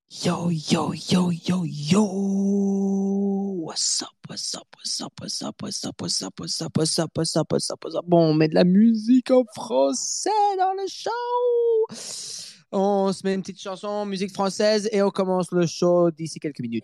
Yo, yo, yo, yo, yo. What's up, what's up, what's up, what's up, what's up, what's up, what's up, what's up, what's up, what's up, what's up. Bon, on met de la musique en français dans le show. On se met une petite chanson, musique française, et on commence le show d'ici quelques minutes.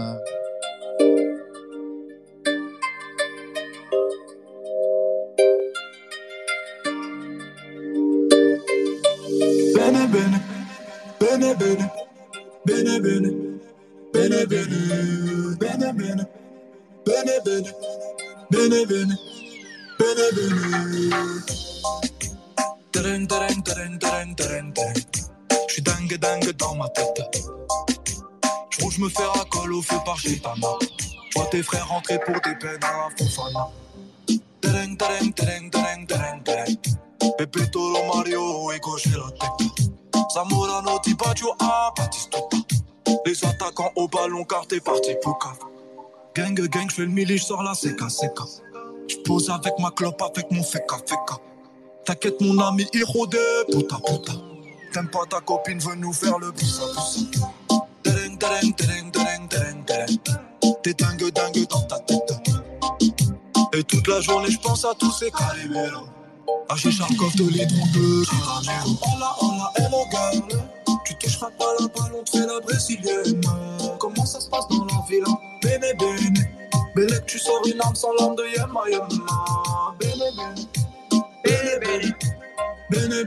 Bene bene, bene bene, bene bene, bene bene, bene bene, bene bene, bene bene, bene bene. Tereng tereng tereng tereng tereng tereng. J'suis dingue dingue dans ma tête. J'roule, j'me fais racole au feu par gitana. J'vois tes frères rentrer pour des peines à la Fofana. Tereng tereng tereng tereng tereng tereng. Pepito Lo Mario et gauche la tête. Zamorano, Tibaggio, Batistuta. Les attaquants au ballon car t'es parti pour cave. Gang gang, j'fais le mili, j'sors la CK. J'pose avec ma clope, avec mon feka. T'inquiète mon ami, héros de puta. T'aimes pas ta copine, veut nous faire le poussa. Tereng tereng tereng tereng tereng tereng. T'es dingue dans ta tête. Et toute la journée j'pense à tous ces caliméros. Agis Charkov de l'hydron de Chiranero. Hola, hello girl. Tu toucheras pas la balle, on te fait la brésilienne. Comment ça se passe dans la villa? Bene bene. Belle, tu sors une arme sans l'arme de Yama. Bene bene. Bene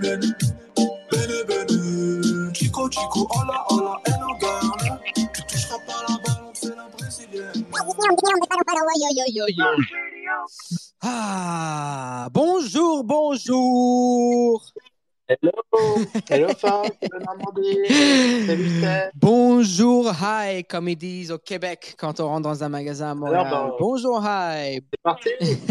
bene. Chico, hola, hello girl. Tu toucheras pas la balle, on te fait la brésilienne. Ah, bonjour. Hello Franck, de Normandie. Salut Steph. Bonjour, hi, comme ils disent au Québec quand on rentre dans un magasin à Montréal. Alors, Bonjour, hi. c'est parti.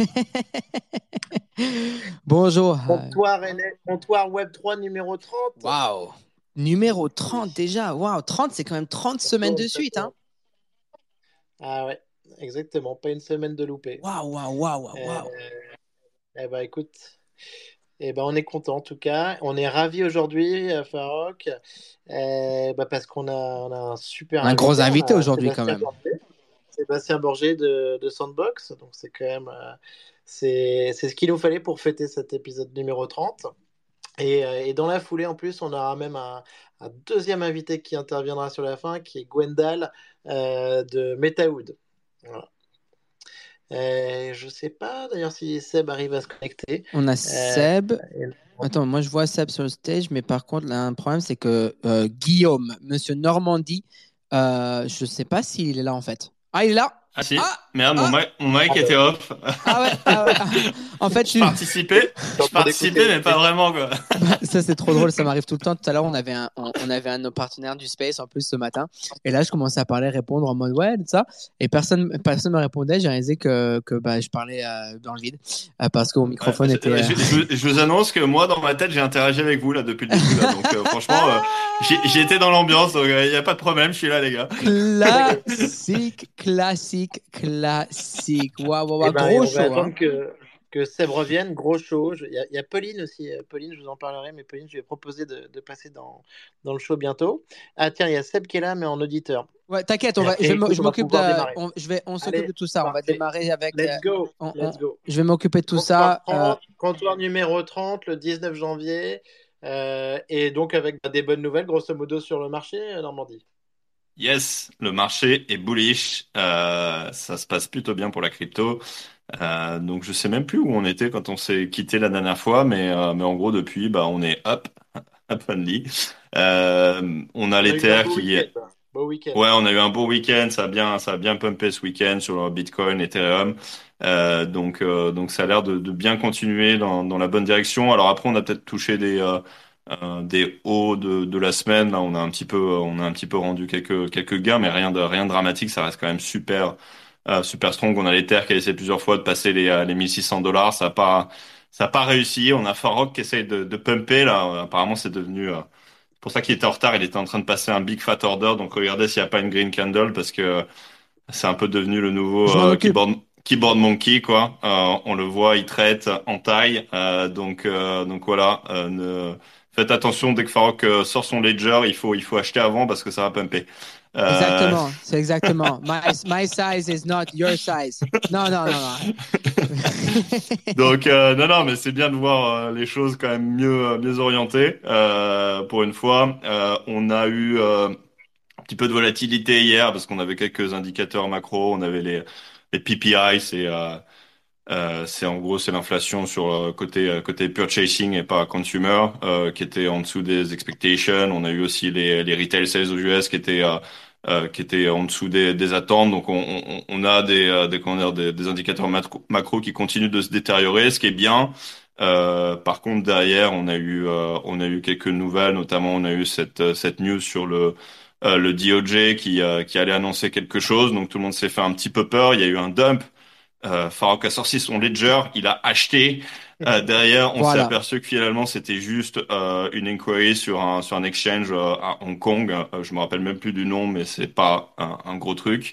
Bonjour, hi. Comptoir Web 3 numéro 30. Wow. Numéro 30 déjà. Wow, 30, c'est quand même 30 semaines de suite, hein? Ah ouais, exactement. Pas une semaine de loupé. Wow. Eh ben écoute, on est content en tout cas. On est ravis aujourd'hui, Farok, parce qu'on a un super Un gros invité On a aujourd'hui quand même. Sébastien Borgé de Sandbox. Donc c'est quand même c'est ce qu'il nous fallait pour fêter cet épisode numéro 30. Et dans la foulée, en plus, on aura même un deuxième invité qui interviendra sur la fin, qui est Gwendal de MetaWood. Voilà. Je sais pas d'ailleurs si Seb arrive à se connecter. On a Seb. Attends, moi je vois Seb sur le stage, mais par contre, là, un problème, c'est que Guillaume, Monsieur Normandie, je sais pas s'il est là en fait. Ah, il est là. Ah si, Ah, merde, mon mic était off. ah ouais. En fait, Je participais, mais pas vraiment quoi. Ça c'est trop drôle, ça m'arrive tout le temps. Tout à l'heure, on avait un de nos partenaires du Space en plus ce matin, et là je commençais à parler, répondre en mode ouais, tout ça, et personne me répondait. J'ai réalisé que je parlais dans le vide parce que mon microphone était. Je vous annonce que moi dans ma tête j'ai interagi avec vous là depuis le début là, donc franchement j'ai été dans l'ambiance, donc il y a pas de problème, je suis là les gars. Classique. Waouh, ben, gros on show. va attendre que Seb revienne, gros show. Il y a Pauline aussi. Pauline, je vous en parlerai, mais Pauline, je vais proposer de passer dans le show bientôt. Ah tiens, il y a Seb qui est là, mais en auditeur. Ouais, t'inquiète, on s'occupe de tout ça. Parfait. On va démarrer avec. Let's go. Je vais m'occuper de tout ça. Comptoir numéro 30, le 19 janvier. Et donc avec des bonnes nouvelles, grosso modo, sur le marché, Normandie. Yes, le marché est bullish, ça se passe plutôt bien pour la crypto. Donc je sais même plus où on était quand on s'est quitté la dernière fois, mais en gros depuis, on est up only. On a l'Ether qui est. Beau week-end. Ouais, on a eu un beau week-end, ça a bien pumpé ce week-end sur Bitcoin, Ethereum. Donc ça a l'air de bien continuer dans la bonne direction. Alors après, on a peut-être touché des hauts de la semaine. Là, on a un petit peu rendu quelques gains, mais rien de dramatique. Ça reste quand même super strong. On a l'Ether qui a essayé plusieurs fois de passer les 1600 $. Ça a pas réussi. On a Farok qui essaye de pumper là. Apparemment, c'est devenu pour ça qu'il était en retard, il était en train de passer un big fat order, donc regardez s'il n'y a pas une green candle parce que c'est un peu devenu le nouveau keyboard monkey quoi. On le voit, il traite en taille, donc voilà. faites attention dès que Farok sort son ledger, il faut acheter avant parce que ça va pumper. Euh, Exactement, c'est exactement. My size is not your size. Non, non, non, non. Donc non non mais c'est bien de voir les choses quand même mieux orientées pour une fois. On a eu un petit peu de volatilité hier parce qu'on avait quelques indicateurs macro. On avait les PPI, c'est en gros c'est l'inflation sur côté purchasing et pas consumer qui était en dessous des expectations. On a eu aussi les retail sales aux US qui étaient en dessous des attentes. Donc on a comment dire, des indicateurs macro qui continuent de se détériorer, ce qui est bien. Par contre derrière on a eu quelques nouvelles, notamment on a eu cette news sur le DOJ qui allait annoncer quelque chose. Donc tout le monde s'est fait un petit peu peur. Il y a eu un dump. Farok a sorti son ledger, il a acheté. Derrière, on s'est Voilà. aperçu que finalement c'était juste une inquiry sur un exchange à Hong Kong. Je me rappelle même plus du nom, mais c'est pas un gros truc.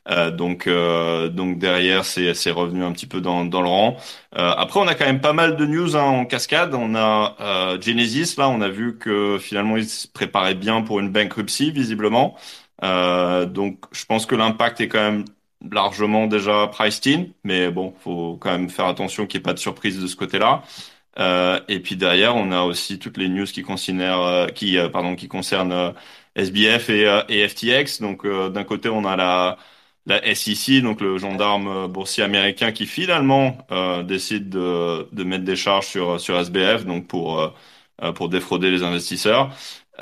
Donc derrière, c'est revenu un petit peu dans le rang. Après, on a quand même pas mal de news en cascade. On a Genesis, là, on a vu que finalement ils se préparaient bien pour une bankruptcy, visiblement. Donc je pense que l'impact est quand même largement déjà priced in, mais bon, faut quand même faire attention qu'il n'y ait pas de surprise de ce côté-là. Et puis derrière, on a aussi toutes les news qui concernent SBF et FTX. Donc d'un côté, on a la SEC, donc le gendarme boursier américain, qui finalement décide de mettre des charges sur SBF, donc pour défrauder les investisseurs.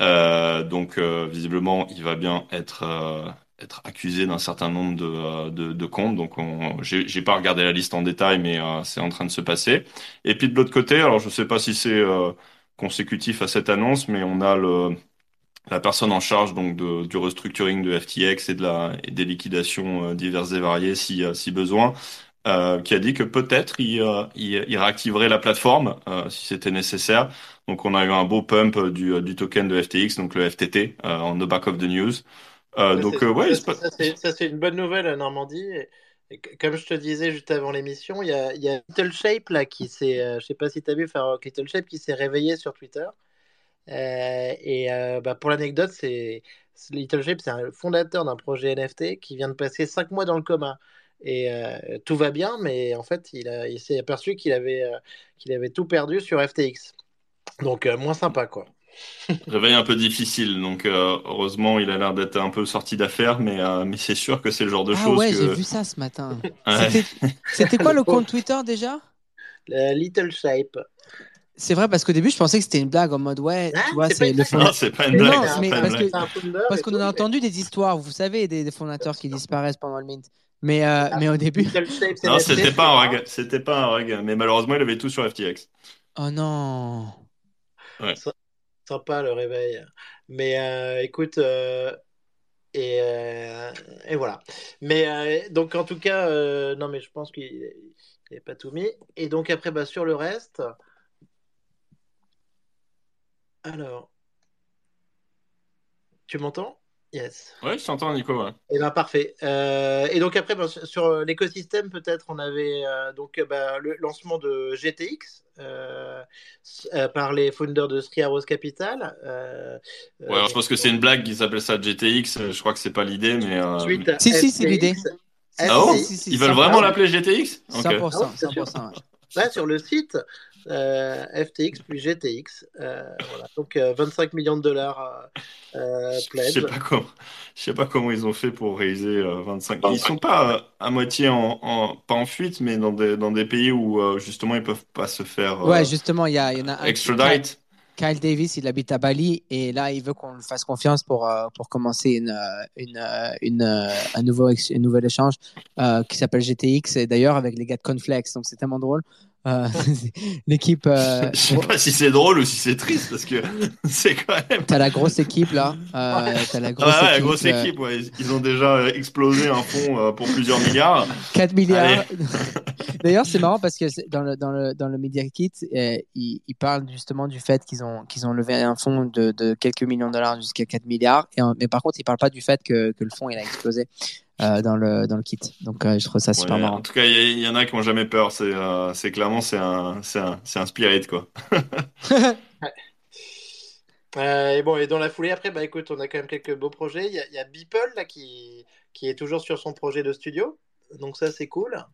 Donc visiblement, il va bien être accusé d'un certain nombre de comptes. Donc j'ai pas regardé la liste en détail, mais c'est en train de se passer. Et puis de l'autre côté, alors je sais pas si c'est consécutif à cette annonce, mais on a la personne en charge donc du restructuring de FTX et des liquidations diverses et variées si besoin, qui a dit que peut-être il réactiverait la plateforme si c'était nécessaire. Donc on a eu un beau pump du token de FTX, donc le FTT, on the back of the news. Ouais, Ça, c'est une bonne nouvelle, Normandie. Comme je te disais juste avant l'émission, il y a Little Shape là je sais pas si tu as vu faire Little Shape qui s'est réveillé sur Twitter. Bah, pour l'anecdote, Little Shape, c'est un fondateur d'un projet NFT qui vient de passer 5 mois dans le coma. Tout va bien, mais en fait, il s'est aperçu qu'il avait tout perdu sur FTX. Donc, moins sympa, quoi. réveil un peu difficile, donc heureusement il a l'air d'être un peu sorti d'affaires, mais c'est sûr que c'est le genre de Ah choses ouais, j'ai que vu ça ce matin. ouais. C'était quoi le compte Twitter déjà? Little Shape. C'est vrai parce qu'au début je pensais que c'était une blague en mode ouais, Ah, tu vois, c'est pas c'est une le blague, Non, fondateur. c'est pas une Mais c'est blague, non, c'est mais pas une blague. c'est un founder parce et qu'on en tout. a entendu des histoires, vous savez, des fondateurs qui disparaissent pendant le mint. Mais au début, Little Shapes Non, NFT, c'était pas c'est un rare. rug, c'était pas un rug, mais malheureusement il avait tout sur FTX. oh non. Ouais. Sympa le réveil. Mais écoute, et, euh, et voilà. Mais donc en tout cas, non mais je pense qu'il n'avait pas tout mis. Et donc après, bah, sur le reste, alors, tu m'entends? Yes. Ouais, je t'entends, Nico. Ouais. Et ben parfait. Et donc après, bah, sur l'écosystème, peut-être, on avait bah, le lancement de GTX par les founders de Three Arrows Capital. Ouais, alors je pense que c'est une blague qu'ils appellent ça GTX. Je crois que c'est pas l'idée, Suite à Si, si, c'est l'idée. FTX. Si, ah si, si, bon? si, si, Ils veulent vraiment 100%. l'appeler GTX? Ok. Ah oui, 100%, bien sûr. 100%. Ouais. Là, sur le site, FTX puis GTX. Voilà. Donc, 25 millions de dollars Je sais pledge. pas comment, je sais pas comment ils ont fait pour réaliser 25. Ils sont pas à moitié pas en fuite, mais dans des pays où justement ils peuvent pas se faire Ouais, justement, il y en a un qui, extradite. Kyle Davis, il habite à Bali et là, il veut qu'on lui fasse confiance pour commencer un nouvel échange qui s'appelle GTX et d'ailleurs avec les gars de Conflex. Donc, c'est tellement drôle. L'équipe, Je sais pas si c'est drôle ou si c'est triste parce que c'est quand même. t'as la grosse équipe là. Ouais. T'as la Ah grosse ouais, la équipe. grosse équipe, ouais. Ils ont déjà explosé un fonds pour plusieurs milliards. 4 Allez. milliards. D'ailleurs, c'est marrant parce que dans le Media Kit, ils parlent justement du fait qu'ils ont levé un fonds de quelques millions de dollars jusqu'à 4 milliards. Mais par contre, ils ne parlent pas du fait que le fonds il a explosé dans le kit. Donc, je trouve ça super Ouais, en marrant. tout cas, il y en a qui ont jamais peur. C'est clairement c'est un spirit quoi. Et dans la foulée, après, bah écoute, on a quand même quelques beaux projets. Il y a Beeple là, qui est toujours sur son projet de studio. Donc ça, c'est cool.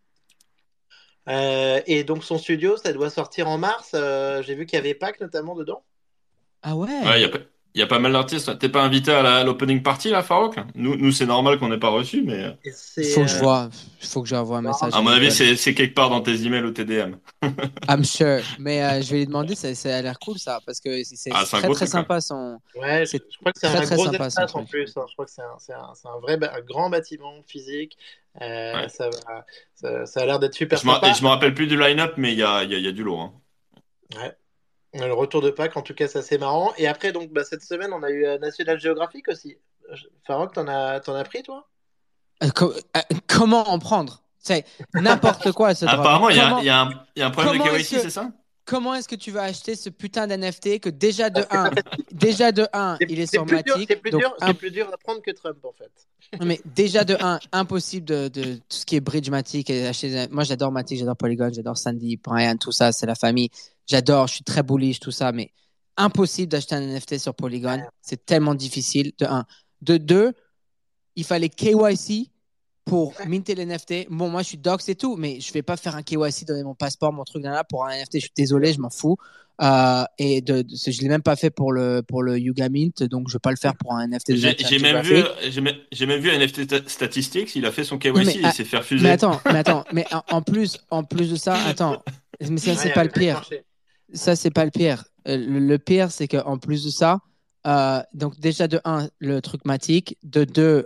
Et donc son studio, ça doit sortir en mars. J'ai vu qu'il y avait Pâques notamment dedans. Ah Ouais, ouais. il y a pas mal d'artistes. T'es pas invité à l'opening party, là, Farouk? Nous, c'est normal qu'on n'ait pas reçu, mais Et Il c'est faut que je vois. Il faut que j'envoie un message à à mon avis, Beeple. c'est quelque part dans tes emails ou tes DM. I'm sure. Mais je vais lui demander, ça a l'air cool ça, parce que Ah, c'est c'est un très gros très truc, quoi. sympa son. Ouais, je, C'est je crois que c'est très un très gros sympa son espace en truc. plus, hein. Je crois que c'est un vrai un grand bâtiment physique. Ouais. Ça a l'air d'être super Et sympa. je me rappelle plus du line-up, mais il y a du lourd, hein. Ouais. Le retour de Pâques, en tout cas, c'est assez marrant. Et après, donc, bah, cette semaine, on a eu National Geographic aussi. Farok, t'en as pris, toi? Comment en prendre? C'est n'importe quoi ce drop. Mais Apparemment, il y a un problème de comment est-ce KYC, que c'est ça? comment est-ce que tu vas acheter ce putain d'NFT que déjà Ah, de c'est pas un facile. il est C'est sur plus dur, c'est Matic, plus donc dur, c'est plus dur à prendre que Trump, en fait. mais déjà de un impossible de tout ce qui est bridge Matic et acheter. Moi j'adore Matic, j'adore Polygon, j'adore Sandy, Brian, tout ça, c'est la famille. J'adore, je suis très bullish, tout ça, mais impossible d'acheter un NFT sur Polygon. C'est tellement difficile, de un. De deux, il fallait KYC pour minter les NFT. Bon, moi, je suis dox et tout, mais je vais pas faire un KYC, donner mon passeport, mon truc là pour un NFT. Je suis désolé, je m'en fous. Je l'ai même pas fait pour le Yuga Mint, donc je vais pas le faire pour un NFT de J'ai National même vu, Geographic. j'ai même vu un NFT Statistics, il a fait son Non, KYC et il s'est fait mais refuser. attends, mais en plus de ça, attends, mais ça, Ouais, c'est il pas le avait pas pire. marché. Ça, c'est pas le pire. Le pire, c'est qu'en plus de ça, donc déjà de un, le truc matic, de deux,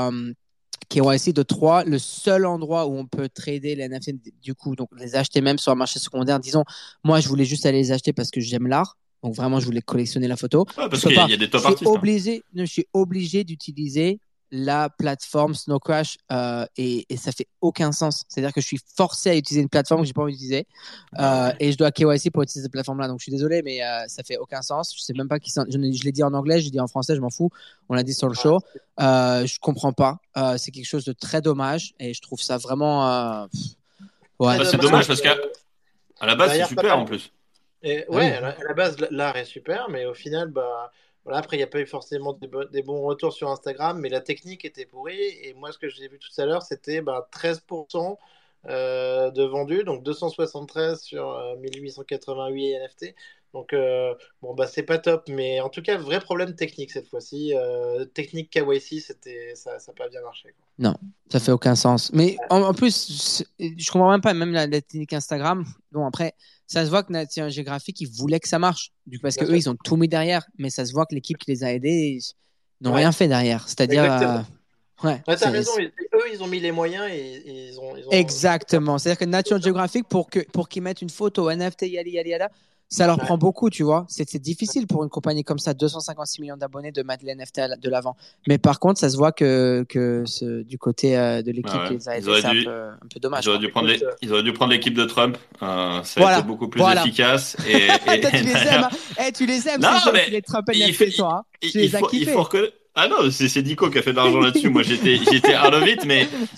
KYC, de trois, le seul endroit où on peut trader les NFT, du coup, donc les acheter même sur un marché secondaire, disons, moi, je voulais juste aller les acheter parce que j'aime l'art. Donc vraiment, je voulais collectionner la photo. Ouais, Je parce peux qu'il pas. y a des Je top suis artistes, hein. obligé, non, je suis obligé d'utiliser la plateforme Snow Crash et ça fait aucun sens. C'est-à-dire que je suis forcé à utiliser une plateforme que j'ai pas envie d'utiliser Ah ouais. et je dois KYC pour utiliser cette plateforme-là. Donc je suis désolé, mais ça fait aucun sens. Je sais même pas je l'ai dit en anglais, je l'ai dit en français, je m'en fous. On l'a dit sur le show. Je comprends pas. C'est quelque chose de très dommage et je trouve ça vraiment. Ouais, Très Bah, c'est dommage. dommage parce qu'à à la base, c'est Derrière pas super mal. en plus. bah Ouais, oui. à la base, l'art est super, mais au final, bah, voilà, après, il n'y a pas eu forcément des bons retours sur Instagram, mais la technique était pourrie. Et moi, ce que j'ai vu tout à l'heure, c'était bah, 13% de vendus, donc 273 sur 1888 NFT. Donc, bon, bah, c'est pas top, mais en tout cas, vrai problème technique cette fois-ci. Technique KYC, ça n'a pas bien marché, quoi. Non, ça fait aucun sens. Mais en plus, je comprends même pas, même la technique Instagram. Bon, après, ça se voit que National Geographic, ils voulaient que ça marche. Parce que Bien eux, sûr. ils ont tout mis derrière. Mais ça se voit que l'équipe qui les a aidés, ils n'ont Ouais, rien fait derrière. C'est-à-dire, exactement. ouais, Ouais, t'as raison, eux, ils ont mis les moyens et ils ont. exactement. C'est-à-dire que National Geographic, pour qu'ils mettent une photo NFT, yali, yali, yada, ça leur Ouais. prend beaucoup, tu vois. C'est difficile pour une compagnie comme ça, 256 millions d'abonnés, de mettre les NFT de l'avant. Mais par contre, ça se voit que du côté de l'équipe Ah qui ouais. les a aidés, c'est un peu dommage, quoi. Écoute, Ils auraient dû prendre l'équipe de Trump. Ça a été Voilà, beaucoup plus voilà. efficace. Toi, tu Et les aimes, d'ailleurs, hein. Tu les aimes, non, ces mais les Trump il, fait- NFT, toi, hein. Tu il les as faut, il faut kiffés. reconnaître. Ah non, c'est Nico qui a fait de l'argent là-dessus. Moi, j'étais out of it,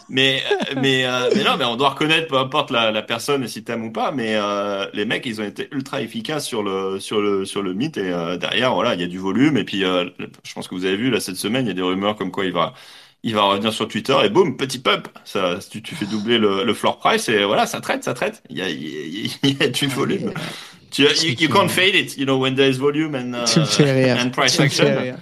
mais non, mais on doit reconnaître, peu importe la personne et si t'aimes ou pas, mais les mecs, ils ont été ultra efficaces sur le mythe et derrière, voilà, il y a du volume et puis je pense que vous avez vu là cette semaine, il y a des rumeurs comme quoi il va revenir sur Twitter et boum, petit pump, ça, tu fais doubler le floor price et voilà, ça traite, ça traite. Il y a du volume. Tu me You fais can't rire. fade it, when there is volume Tu me fais rire. and price Tu me fais action. rire.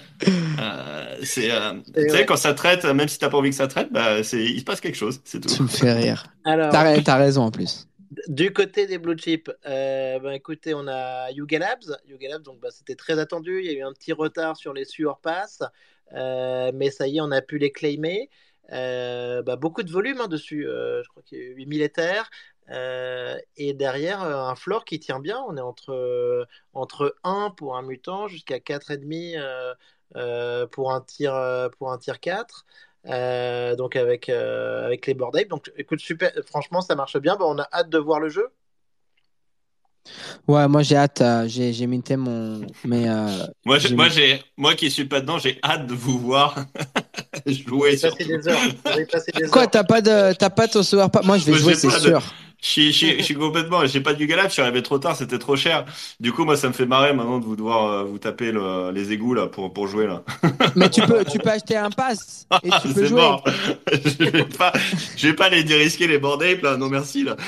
et Tu sais, ouais. quand ça traite, même si t'as pas envie que ça traite, bah, il se passe quelque chose, c'est tout. Tu me fais rire. Alors, T'as raison en plus. du côté des blue chips, ben, écoutez, on a Yuga Labs. Yuga Labs, donc, bah, c'était très attendu. Il y a eu un petit retard sur les Sueur Pass, mais ça y est, on a pu les claimer. Bah, beaucoup de volume hein, dessus. Je crois qu'il y a eu 8000 Ethers. Et derrière, un floor qui tient bien. On est entre 1 pour un mutant jusqu'à 4,5 pour un tir 4. Donc avec les Bored Ape. Donc écoute, super, franchement, ça marche bien. Bon, on a hâte de voir le jeu. Ouais, moi j'ai hâte. J'ai minté mais Moi, j'ai mis. moi qui suis pas dedans, j'ai hâte de vous voir On va jouer y passer surtout. des heures. On va y passer des Quoi, heures. t'as pas ton soir pas. Moi je vais Moi, jouer, j'ai c'est pas de, sûr. Je suis complètement, j'ai pas du galap, je suis arrivé trop tard, c'était trop cher. Du coup, moi, ça me fait marrer maintenant de vous devoir vous taper les égouts là pour jouer là. Mais tu peux acheter un pass et tu peux C'est jouer. mort. Je vais pas les dérisquer les board apes là. Non, merci là.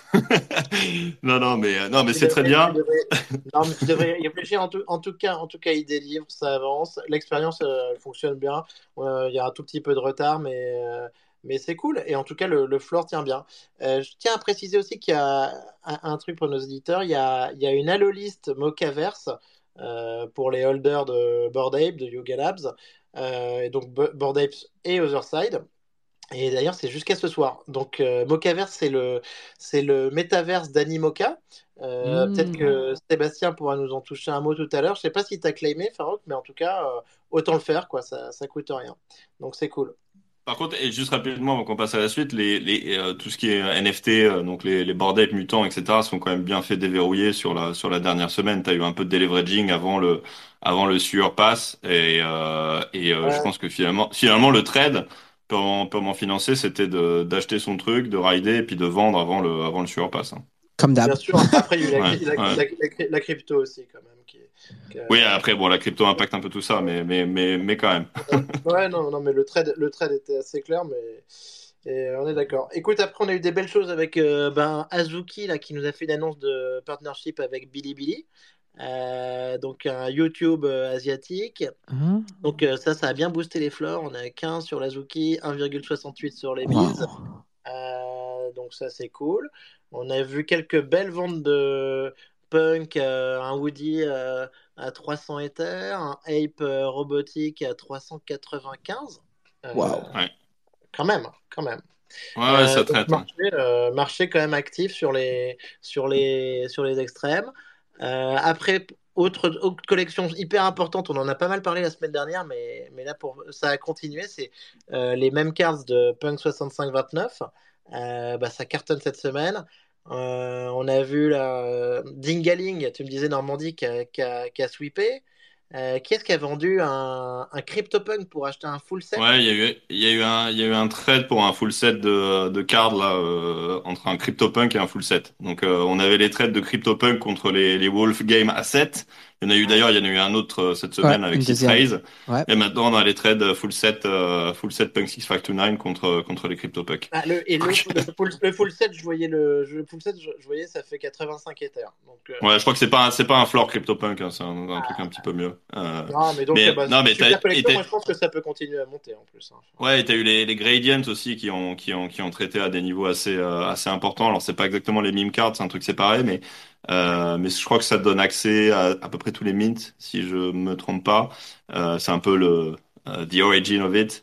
Non, mais Tu c'est très devrais, tu bien. devrais- Non, mais tu devrais y réfléchir. En tout cas, il délivre, ça avance. L'expérience, elle fonctionne bien. Il y a un tout petit peu de retard, mais c'est cool. Et en tout cas, le floor tient bien. Je tiens à préciser aussi qu'il y a un truc pour nos éditeurs. Il y a une Alolist Mochaverse pour les holders de Bored Ape, de Yuga Labs. Et donc, Bored Apes et Otherside. Et d'ailleurs, c'est jusqu'à ce soir. Donc, Mochaverse, c'est le métaverse d'Animoca. Peut-être Hmm. que Sébastien pourra nous en toucher un mot tout à l'heure. Je sais pas si tu as claimé, Farouk, mais en tout cas, autant le faire, quoi. Ça coûte rien. Donc, c'est cool. Par contre, et juste rapidement, avant qu'on passe à la suite, tout ce qui est NFT, donc les bored apes mutants, etc., sont quand même bien fait déverrouiller sur la dernière semaine. Tu as eu un peu de deleveraging avant le Sueur Pass. Je Ouais, pense que finalement, le trade, purement financier, c'était d'acheter son truc, de rider et puis de vendre avant le Sueur Pass. Hein. Comme bien d'hab. sûr. Après, il y a eu Ouais, ouais. la crypto aussi, quand même. Oui, après, bon, la crypto impacte un peu tout ça, mais quand même. Ouais, non, non, mais le trade était assez clair, mais on est d'accord. Écoute, après, on a eu des belles choses avec Azuki, là, qui nous a fait une annonce de partnership avec Bilibili, donc un YouTube asiatique. Hein? Donc ça a bien boosté les floors. On a 15 sur l'Azuki, 1,68 sur les Biz. Waouh. Donc ça, c'est cool. On a vu quelques belles ventes de Punk, un Woody à 300 Ether, un Ape robotique à 395. Euh, Waouh. Ouais, quand même, quand même. ouais, ouais, ça Donc traite. Hein. marché quand même actif sur les extrêmes. Après, autre collection hyper importante, on en a pas mal parlé la semaine dernière, mais là ça a continué, c'est les mêmes cards de Punk 65-29. Ça cartonne cette semaine. On a vu Dingaling, tu me disais Normandie, qui a sweepé. Qui est-ce qui a vendu un CryptoPunk pour acheter un full set? Ouais, il y a eu un trade pour un full set de cards là, entre un CryptoPunk et un full set. Donc on avait les trades de CryptoPunk contre les Wolf Game Assets. Il y en a eu un autre cette Ouais, semaine avec une Six deuxième. Rays. Ouais. Et maintenant on a les trades full set Punk 6529 contre les CryptoPunk. Le full set, je voyais, ça fait 85 Ethers. Donc, Ouais, je crois que c'est pas un floor CryptoPunk, hein, c'est un truc un petit peu mieux. non, mais donc, Mais non, mais super collection. Moi, je pense que ça peut continuer à monter en plus, hein. ouais, t'as eu les Gradients aussi qui ont traité à des niveaux assez importants. Alors, c'est pas exactement les meme cards, c'est un truc séparé, mais je crois que ça te donne accès à peu près tous les mints, si je me trompe pas. C'est un peu the origin of it.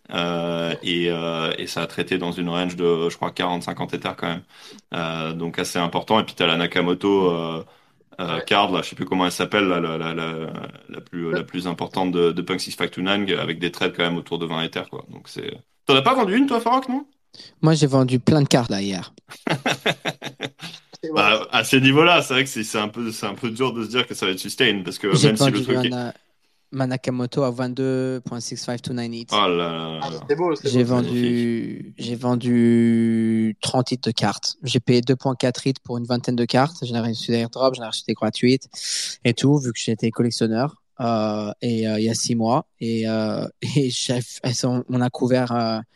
Et ça a traité dans une range de, je crois, 40-50 Ethers quand même. Donc, assez important. Et puis, t'as la Nakamoto, Ouais. card, là, je sais plus comment elle s'appelle, là, la plus importante de Punk 6529, avec des trades quand même autour de 20 Ethers, quoi. Donc c'est. T'en as pas vendu une, toi, Farok, non? Moi, j'ai vendu plein de cartes là hier. Ouais. Bah, à ce niveau-là, c'est vrai que c'est un peu dur de se dire que ça va être sustain, parce que J'ai même si le vendu truc est. ma Nakamoto à 22,6529 Oh each. là là Ah, là là. c'est beau, c'est beau, J'ai c'est beau. Magnifique. vendu 30 hits de cartes. J'ai payé 2,4 hits pour une vingtaine de cartes. J'en ai reçu des airdrops, j'en ai reçu des gratuites et tout, vu que j'étais collectionneur. Il y a 6 mois. Et on a couvert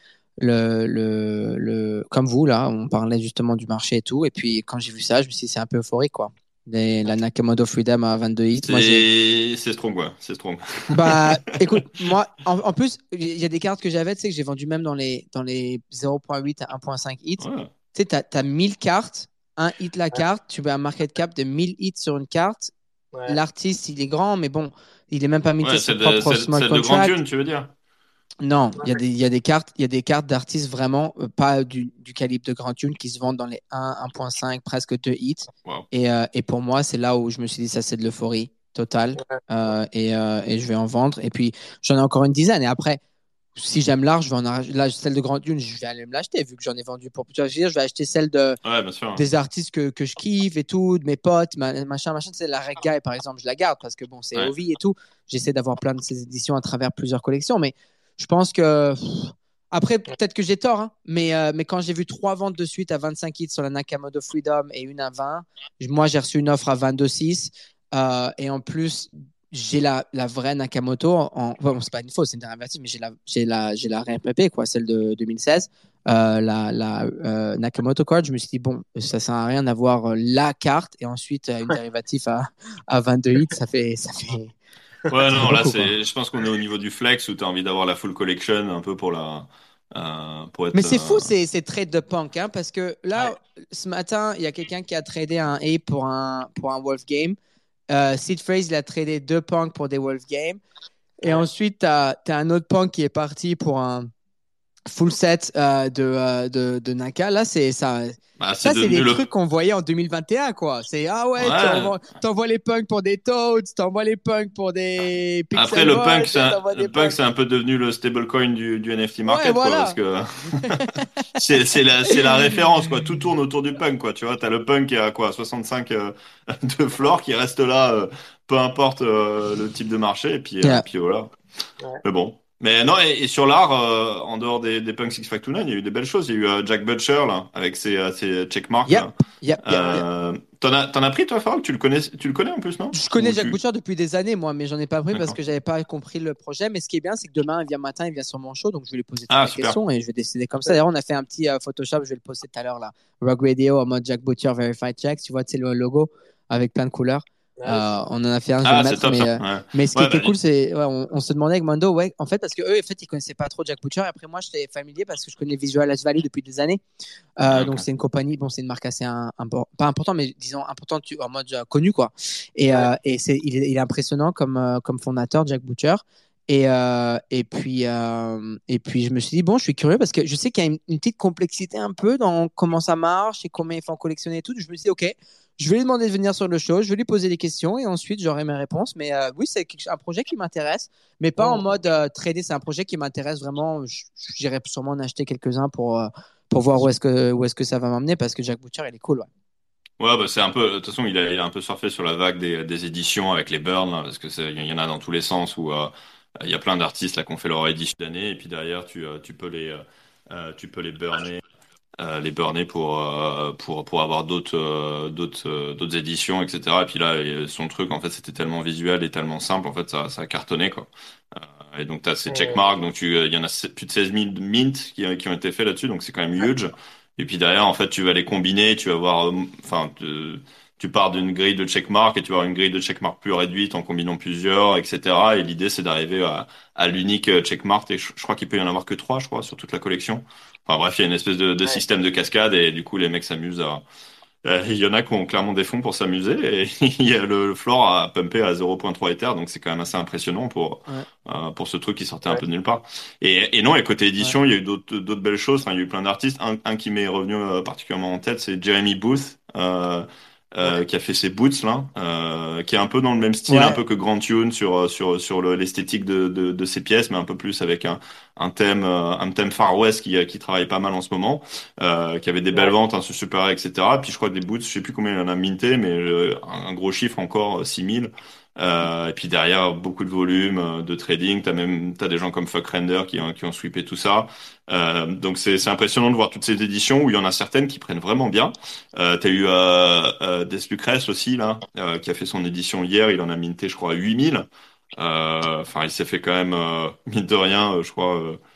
comme vous, là, on parlait justement du marché et tout. Et puis, quand j'ai vu ça, je me suis dit, c'est un peu euphorique, quoi. La Nakamoto Freedom à 22 hits. Moi, C'est strong, ouais, c'est strong. bah, écoute, moi, en plus, il y a des cartes que j'avais, tu sais, que j'ai vendues même dans les 0,8 à 1,5 hits. Tu Ouais, sais, t'as 1000 cartes, un hit la carte, tu mets un market cap de 1000 hits sur une carte. Ouais. L'artiste, il est grand, mais bon, il est même pas minté ouais, son celle de, propre celle, small celle de Grand contract. Dune, tu veux dire? Non, Ouais. il y a des cartes d'artistes vraiment pas du calibre de Grand Tune qui se vendent dans les 1, 1,5, presque 2 hits. Wow. Et pour moi, c'est là où je me suis dit, ça, c'est de l'euphorie totale. Et je vais en vendre. Et puis, j'en ai encore une dizaine. Et après, si j'aime l'art, je vais en arracher. Là, celle de Grand Dune, je vais aller me l'acheter, vu que j'en ai vendu pour plusieurs. Je veux dire, je vais acheter celle Ouais, bien sûr. Hein. des artistes que je kiffe et tout, de mes potes, machin. C'est la Reg Guy, par exemple, je la garde parce que bon, c'est Ouais. Ovi et tout. J'essaie d'avoir plein de ces éditions à travers plusieurs collections. Mais je pense que Après, peut-être que j'ai tort, hein, mais quand j'ai vu 3 ventes de suite à 25 hits sur la Nakamoto Freedom et une à 20, moi, j'ai reçu une offre à 22,6. Et en plus, j'ai la vraie Nakamoto. Bon, c'est pas une fausse, c'est une dérivative, mais j'ai la RPP, quoi, celle de 2016. La Nakamoto card, je me suis dit, bon, ça sert à rien d'avoir la carte et ensuite une dérivative à 22 hits, Ouais, ça fait non, là, beaucoup, quoi. je pense qu'on est au niveau du flex où tu as envie d'avoir la full collection un peu pour Mais être, c'est fou ces trades de punk, hein, parce que Ouais. là, ce matin, il y a quelqu'un qui a tradé un A pour un Wolf Game. Sid Phrase, il a tradé 2 punks pour des Wolf Game. Et Ouais. ensuite, t'as un autre punk qui est parti pour un full set de Naka. Là, bah, c'est ça, c'est devenu des le, trucs qu'on voyait en 2021, quoi. C'est, ah ouais, ouais. t'envoies les punks pour des Toads, t'envoies les punks pour des Après, Pixel Void, t'envoies le des punk, punks. c'est un peu devenu le stablecoin du NFT Ouais, market, quoi, parce voilà. que c'est la référence, quoi. Tout tourne autour du punk, quoi. Tu vois, t'as le punk qui a quoi, 65 de floor qui reste là, peu importe le type de marché, Yeah. puis voilà. Ouais. Mais bon. Mais non, et sur l'art, en dehors des Punk 659, il y a eu des belles choses. Il y a eu Jack Butcher, là, avec ses checkmarks, Yep. là. Yep. Yep. Yep. T'en as pris, toi, Farrell? Tu le connais en plus, non? Je connais Ou Jack tu... Butcher depuis des années, moi, mais j'en ai pas pris parce D'accord. que j'avais pas compris le projet. Mais ce qui est bien, c'est que demain, il vient matin, il vient sur mon show, donc je vais lui poser toutes Ah, mes super. questions et je vais décider comme ça. D'ailleurs, on a fait un petit Photoshop, je vais le poster tout à l'heure là. Rogue Radio en mode Jack Butcher Verified Check, tu vois, c'est le logo avec plein de couleurs. Nice. On en a fait un, je vais le Ah, c'est mettre, top, mais, ça. euh, Ouais. mais ce qui Ouais, était bah, cool, c'est ouais, on se demandait avec Mando, ouais, en fait, parce que eux, en fait, ils connaissaient pas trop Jack Butcher. Et après, moi, j'étais familier parce que je connais Visual As Valley depuis des années. Donc, ok. c'est une compagnie, bon, c'est une marque assez pas important, mais disons importante en mode connu, quoi. Et, Ouais. euh, et il est impressionnant comme fondateur, Jack Butcher. Et puis, je me suis dit, bon, je suis curieux parce que je sais qu'il y a une petite complexité un peu dans comment ça marche et combien il faut en collectionner et tout. Je me suis dit, OK, je vais lui demander de venir sur le show, je vais lui poser des questions et ensuite j'aurai mes réponses. Mais oui, c'est un projet qui m'intéresse, mais pas en Mhm. mode trader. C'est un projet qui m'intéresse vraiment. J'irai sûrement en acheter quelques-uns pour voir où est-ce que ça va m'emmener parce que Jack Butcher, il est cool. Ouais. Ouais, bah, c'est un peu, de toute façon, il a un peu surfé sur la vague des éditions avec les burns, là, parce que il y en a dans tous les sens où, il y a plein d'artistes, là, qui ont fait leur édition d'année, et puis derrière, tu peux les burner pour avoir d'autres éditions, etc. Et puis là, son truc, en fait, c'était tellement visuel et tellement simple, en fait, ça a cartonné, quoi. Et donc, t'as ces Mhm. checkmarks, donc il y en a plus de 16 000 mints qui ont été faits là-dessus, donc c'est quand même huge. Et puis derrière, en fait, tu vas les combiner, tu vas voir, enfin, tu pars d'une grille de checkmark et tu vas avoir une grille de checkmark plus réduite en combinant plusieurs, etc. Et l'idée, c'est d'arriver à l'unique checkmark, et je crois qu'il peut y en avoir que trois, je crois, sur toute la collection. Enfin bref, il y a une espèce de Ouais. système de cascade et du coup les mecs s'amusent à... Il y en a qui ont clairement des fonds pour s'amuser et il y a le floor à pumper à 0,3 Ether, donc c'est quand même assez impressionnant Ouais. pour ce truc qui sortait un Ouais. peu de nulle part. Et non, et côté Ouais. édition, il y a eu d'autres belles choses. Enfin, il y a eu plein d'artistes. Un qui m'est revenu particulièrement en tête, c'est Jeremy Booth. Ouais. Qui a fait ses Boots là, qui est un peu dans le même style, un Ouais. peu que Grand Tune sur l'esthétique de ses pièces, mais un peu plus avec un thème Far West qui travaille pas mal en ce moment, qui avait des belles Ouais. ventes, un super, etc. Puis je crois que des Boots, je sais plus combien il en a minté, mais un gros chiffre encore, 6 000. Et puis derrière, beaucoup de volume, de trading. T'as des gens comme Fuck Render qui ont sweepé tout ça. Donc c'est impressionnant de voir toutes ces éditions où il y en a certaines qui prennent vraiment bien. T'as eu Des Lucrèce aussi là, qui a fait son édition hier. Il en a minté, je crois, 8 000. Enfin, il s'est fait quand même, mine de rien, je crois,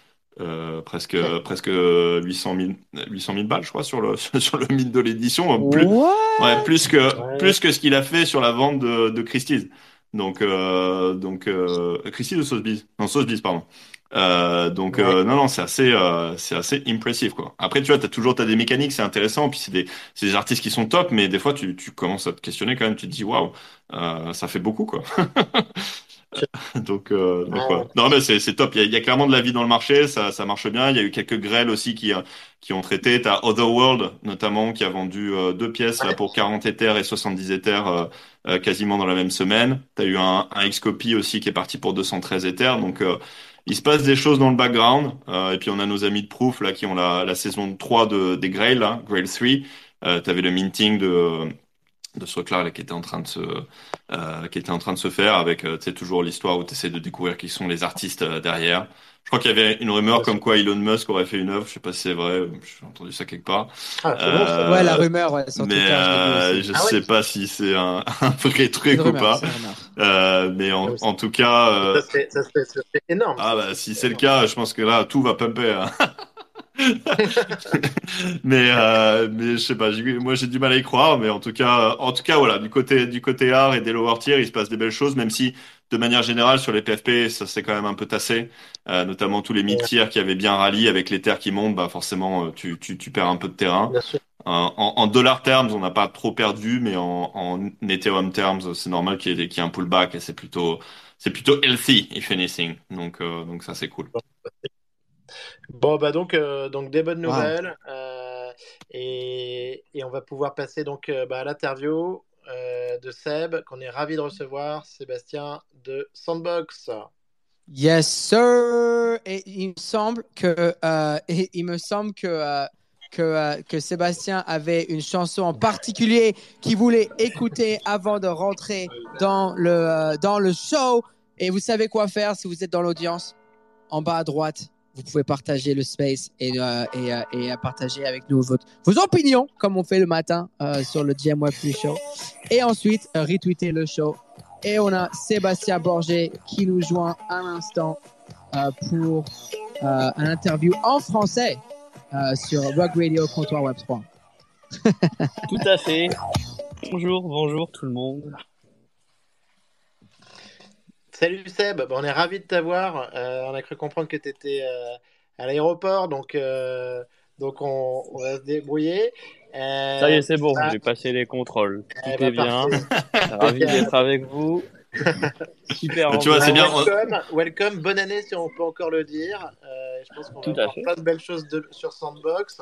presque 800 000 balles, je crois, sur le mythe de l'édition. What? Ouais. Plus que ce qu'il a fait sur la vente de Christie's. Donc Christie's ou Sotheby's? Non, Sotheby's, pardon. Ouais. Non, non, c'est assez impressif, quoi. Après, tu vois, t'as des mécaniques, c'est intéressant, puis c'est des artistes qui sont top, mais des fois, tu commences à te questionner quand même, tu te dis, waouh, ça fait beaucoup, quoi. Donc Ouais. voilà. Non, mais c'est top. Il y a clairement de la vie dans le marché, ça marche bien. Il y a eu quelques grêles aussi qui ont traité. T'as Otherworld, notamment, qui a vendu 2 pièces là pour 40 Ethers et 70 Ethers quasiment dans la même semaine. T'as eu un Xcopy aussi qui est parti pour 213 Ethers. Donc, il se passe des choses dans le background. Et puis, on a nos amis de Proof là qui ont la saison 3 des Grail, là, Grail 3. T'avais le minting de ce truc-là là, qui était en train de se faire avec, tu sais, toujours l'histoire où tu essaies de découvrir qui sont les artistes derrière. Je crois qu'il y avait une rumeur Bien comme sûr. quoi Elon Musk aurait fait une œuvre. Je sais pas si c'est vrai. J'ai entendu ça quelque part. Ah, c'est bon ça. Ouais, la Euh, rumeur, ouais, sur mais Twitter, je l'ai vu aussi. je Ah ouais. sais pas si c'est un vrai C'est une truc ou rumeur, pas. c'est une rumeur. Mais Ah, mais en tout cas, ça serait énorme, ah ça. bah Ça si serait c'est le énorme. cas, je pense que là tout va pumper, hein. Mais je sais pas, moi j'ai du mal à y croire, mais en tout cas voilà, du côté art et des lower tier, il se passe des belles choses, même si de manière générale sur les PFP, ça s'est quand même un peu tassé, notamment tous les mid Ouais, tiers qui avaient bien rallye avec les terres qui montent, bah forcément tu perds un peu de terrain. bien sûr. En dollar terms, on n'a pas trop perdu, mais en Ethereum terms, c'est normal qu'il y ait un pullback et c'est plutôt healthy if anything. Donc ça c'est cool. Bon, bah donc des bonnes Waouh. nouvelles. Et on va pouvoir passer donc à l'interview de Seb, qu'on est ravi de recevoir, Sébastien de Sandbox. Yes, sir. Et il me semble que Sébastien avait une chanson en particulier qu'il voulait écouter avant de rentrer dans le show. Et vous savez quoi faire si vous êtes dans l'audience. En bas à droite, vous pouvez partager le space et partager avec nous vos opinions, comme on fait le matin sur le GM Web Free Show. Et ensuite, retweeter le show. Et on a Sébastien Borget qui nous joint à l'instant pour un interview en français sur Rock Radio Comptoir Web 3. Tout à fait. Bonjour tout le monde. Salut Seb, bah, on est ravi de t'avoir. On a cru comprendre que tu étais à l'aéroport, donc on va se débrouiller. Ça y est, c'est bon, Bah, j'ai passé les contrôles. Tout bah, est bien. parfait. Ravi d'être avec vous. Super Tu vois, c'est bien. ambiance. Welcome, bonne année si on peut encore le dire. Je pense qu'on va Tout à voir fait. plein de belles choses sur Sandbox.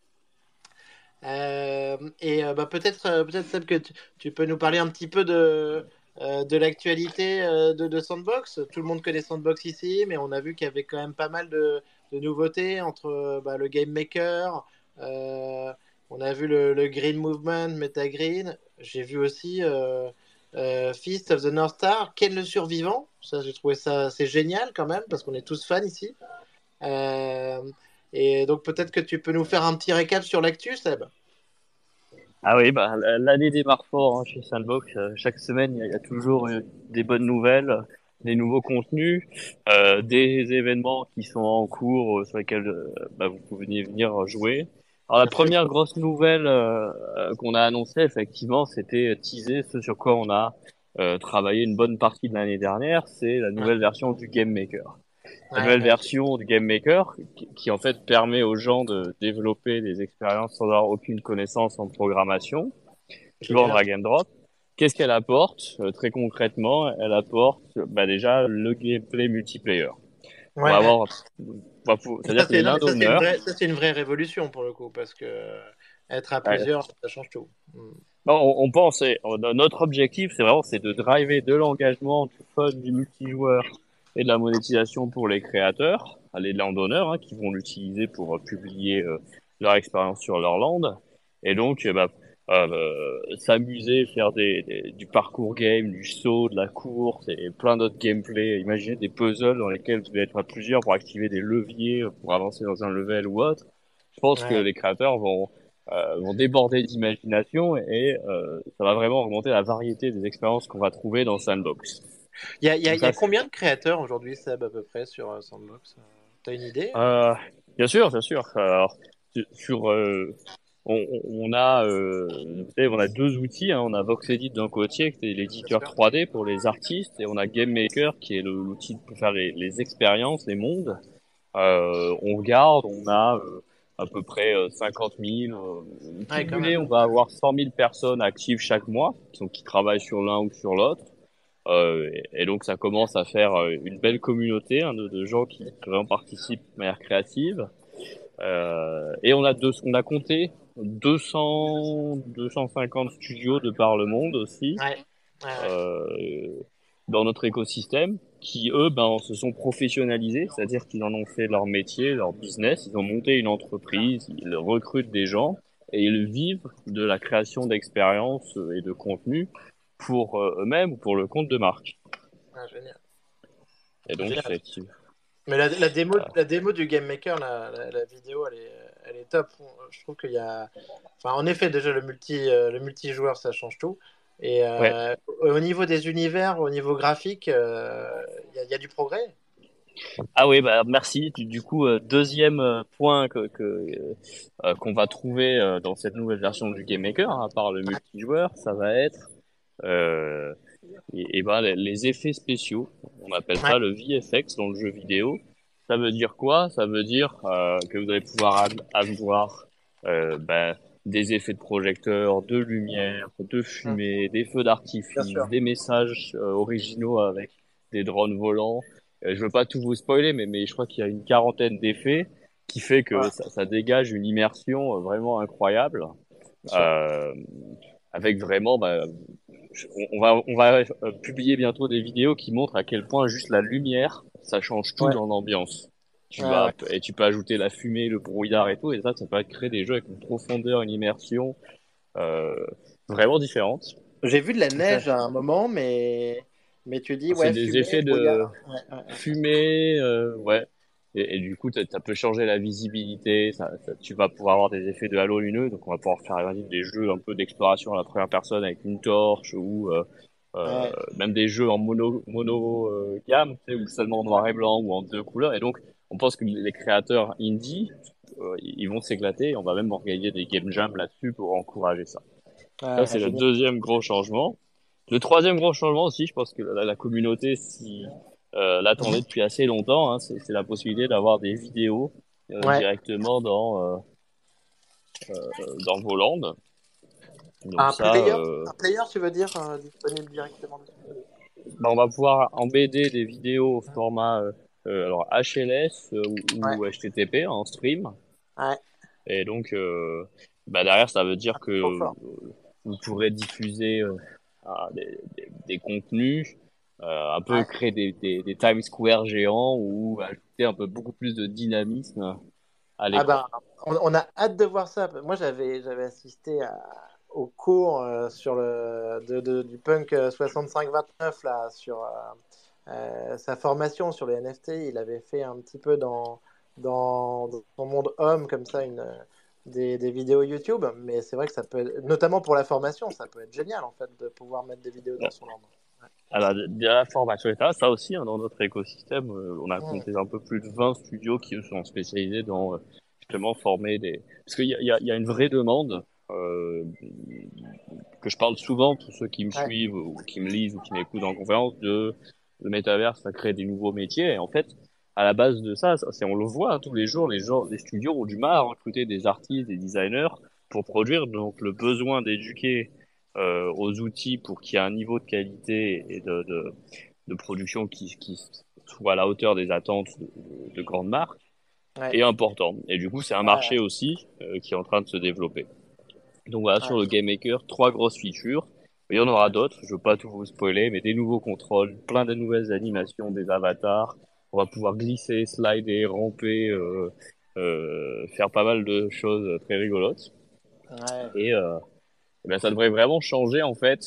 Peut-être Seb que tu peux nous parler un petit peu de l'actualité de Sandbox. Tout le monde connaît Sandbox ici, mais on a vu qu'il y avait quand même pas mal de nouveautés entre le Game Maker. On a vu le Green Movement, MetaGreen. J'ai vu aussi Fist of the North Star, Ken le Survivant. Ça, j'ai trouvé ça assez génial quand même, parce qu'on est tous fans ici. Euh, et donc peut-être que tu peux nous faire un petit récap sur l'actu, Seb. Ah oui, l'année démarre fort hein, chez Sandbox. Chaque semaine, il y a toujours des bonnes nouvelles, des nouveaux contenus, des événements qui sont en cours sur lesquels vous pouvez venir jouer. Alors la Bien sûr. première grosse nouvelle qu'on a annoncée, effectivement, c'était teaser ce sur quoi on a travaillé une bonne partie de l'année dernière, c'est la nouvelle version du Game Maker. La nouvelle version du Game Maker qui en fait permet aux gens de développer des expériences sans avoir aucune connaissance en programmation, toujours en Génial. drag and drop. Qu'est-ce qu'elle apporte Très concrètement, elle apporte déjà le gameplay multiplayer. On va avoir, c'est-à-dire qu'il y a l'un Ça, c'est une vraie révolution pour le coup, parce que être à plusieurs, ça change tout. on pense, notre objectif, c'est de driver de l'engagement, du fun, du multijoueur et de la monétisation pour les créateurs, les landonneurs, qui vont l'utiliser pour publier leur expérience sur leur land. Et donc, s'amuser, faire du parcours game, du saut, de la course et plein d'autres gameplays. Imaginez des puzzles dans lesquels vous devez être à plusieurs pour activer des leviers pour avancer dans un level ou autre. Je pense que les créateurs vont déborder d'imagination et ça va vraiment augmenter la variété des expériences qu'on va trouver dans Sandbox. Il y a combien de créateurs aujourd'hui, Seb, à peu près sur Sandbox? T'as une idée? Bien sûr. Alors, on a deux outils. On a VoxEdit d'un côté, qui est l'éditeur 3D pour les artistes, et on a Game Maker, qui est l'outil pour faire les expériences, les mondes. On regarde, on a à peu près 50 000. Cumulé, on va avoir 100 000 personnes actives chaque mois, qui travaillent sur l'un ou sur l'autre. Et donc ça commence à faire une belle communauté de gens qui vraiment participent de manière créative. Et on a compté 250 studios de par le monde aussi dans notre écosystème qui eux se sont professionnalisés, c'est-à-dire qu'ils en ont fait leur métier, leur business, ils ont monté une entreprise, ils recrutent des gens et ils vivent de la création d'expériences et de contenu pour eux-mêmes ou pour le compte de marque. Ah, génial. Et donc, Génial. effectivement. Mais la démo du Game Maker, la vidéo, elle est top. Je trouve qu'il y a. Enfin, en effet, déjà, le multijoueur, ça change tout. Et Ouais. au niveau des univers, au niveau graphique, il y a du progrès. Ah oui, bah merci. Du coup, deuxième point qu'on va trouver dans cette nouvelle version du Game Maker, hein, à part le multijoueur, ça va être euh, et ben les effets spéciaux. On appelle Ouais. ça le VFX dans le jeu vidéo. Ça veut dire quoi? Ça veut dire que vous allez pouvoir avoir ben, des effets de projecteur, de lumière, de fumée, des feux Bien d'artifice, sûr. des messages originaux avec des drones volants. Je veux pas tout vous spoiler, mais je crois qu'il y a une quarantaine d'effets qui fait que Ouais, ça dégage une immersion vraiment incroyable. bien sûr. Euh, avec vraiment, bah, on va publier bientôt des vidéos qui montrent à quel point juste la lumière, ça change tout Ouais, dans l'ambiance. ouais, ouais. Tu peux ajouter la fumée, le brouillard et tout, et ça peut créer des jeux avec une profondeur, une immersion euh, vraiment différente. J'ai vu de la Ça, neige à un moment, mais tu dis, c'est ouais, des fumée, effets de brouillard. Ouais, ouais, ouais. fumée, ouais. Et du coup, ça peut changer la visibilité. Tu vas pouvoir avoir des effets de halo lumineux. Donc, on va pouvoir faire des jeux un peu d'exploration à la première personne avec une torche ou Ouais. même des jeux en mono gamme, tu sais, ou seulement en noir et blanc ou en deux couleurs. Et donc, on pense que les créateurs indie, ils vont s'éclater. On va même organiser des game jams là-dessus pour encourager ça. Ça, Ouais, c'est le génial. deuxième gros changement. Le troisième gros changement aussi, je pense que la communauté si, l'attendait depuis assez longtemps, hein, c'est la possibilité d'avoir des vidéos Ouais. directement dans vos landes. Donc ça, Un player, tu veux dire, disponible directement dessus? bah, on va pouvoir embedder des vidéos au format alors HLS Ouais, ou HTTP en stream. ouais. Et donc, bah, derrière, ça veut dire que Trop fort. vous pourrez diffuser des contenus, un peu Ouais. créer des Times Square géants ou ajouter un peu beaucoup plus de dynamisme à Ah l'écran. ben, on a hâte de voir ça. Moi, j'avais assisté au cours du punk 65-29 là, sur sa formation sur les NFT. Il avait fait un petit peu dans son monde homme, comme ça, des vidéos YouTube. Mais c'est vrai que ça peut être, notamment pour la formation, ça peut être génial en fait de pouvoir mettre des vidéos dans son land. Alors, de la formation, etc., ça aussi, hein, dans notre écosystème, on a Ouais. compté un peu plus de 20 studios qui eux, sont spécialisés dans justement former des... Parce qu'il y a une vraie demande, que je parle souvent, tous ceux qui me Ouais. suivent ou qui me lisent ou qui m'écoutent en conférence, de le métavers, ça crée des nouveaux métiers. Et en fait, à la base de ça, on le voit hein, tous les jours, les studios ont du mal à recruter des artistes, des designers pour produire. Donc, le besoin d'éduquer aux outils pour qu'il y ait un niveau de qualité et de production qui soit à la hauteur des attentes de grandes marques Ouais. est important. Et du coup, c'est un Ouais. marché aussi qui est en train de se développer. Donc voilà, Ouais. sur le Game Maker, trois grosses features. Il y en aura d'autres, je veux pas tout vous spoiler, mais des nouveaux contrôles, plein de nouvelles animations, des avatars. On va pouvoir glisser, slider, ramper, faire pas mal de choses très rigolotes. Ouais. Et ben, ça devrait vraiment changer en fait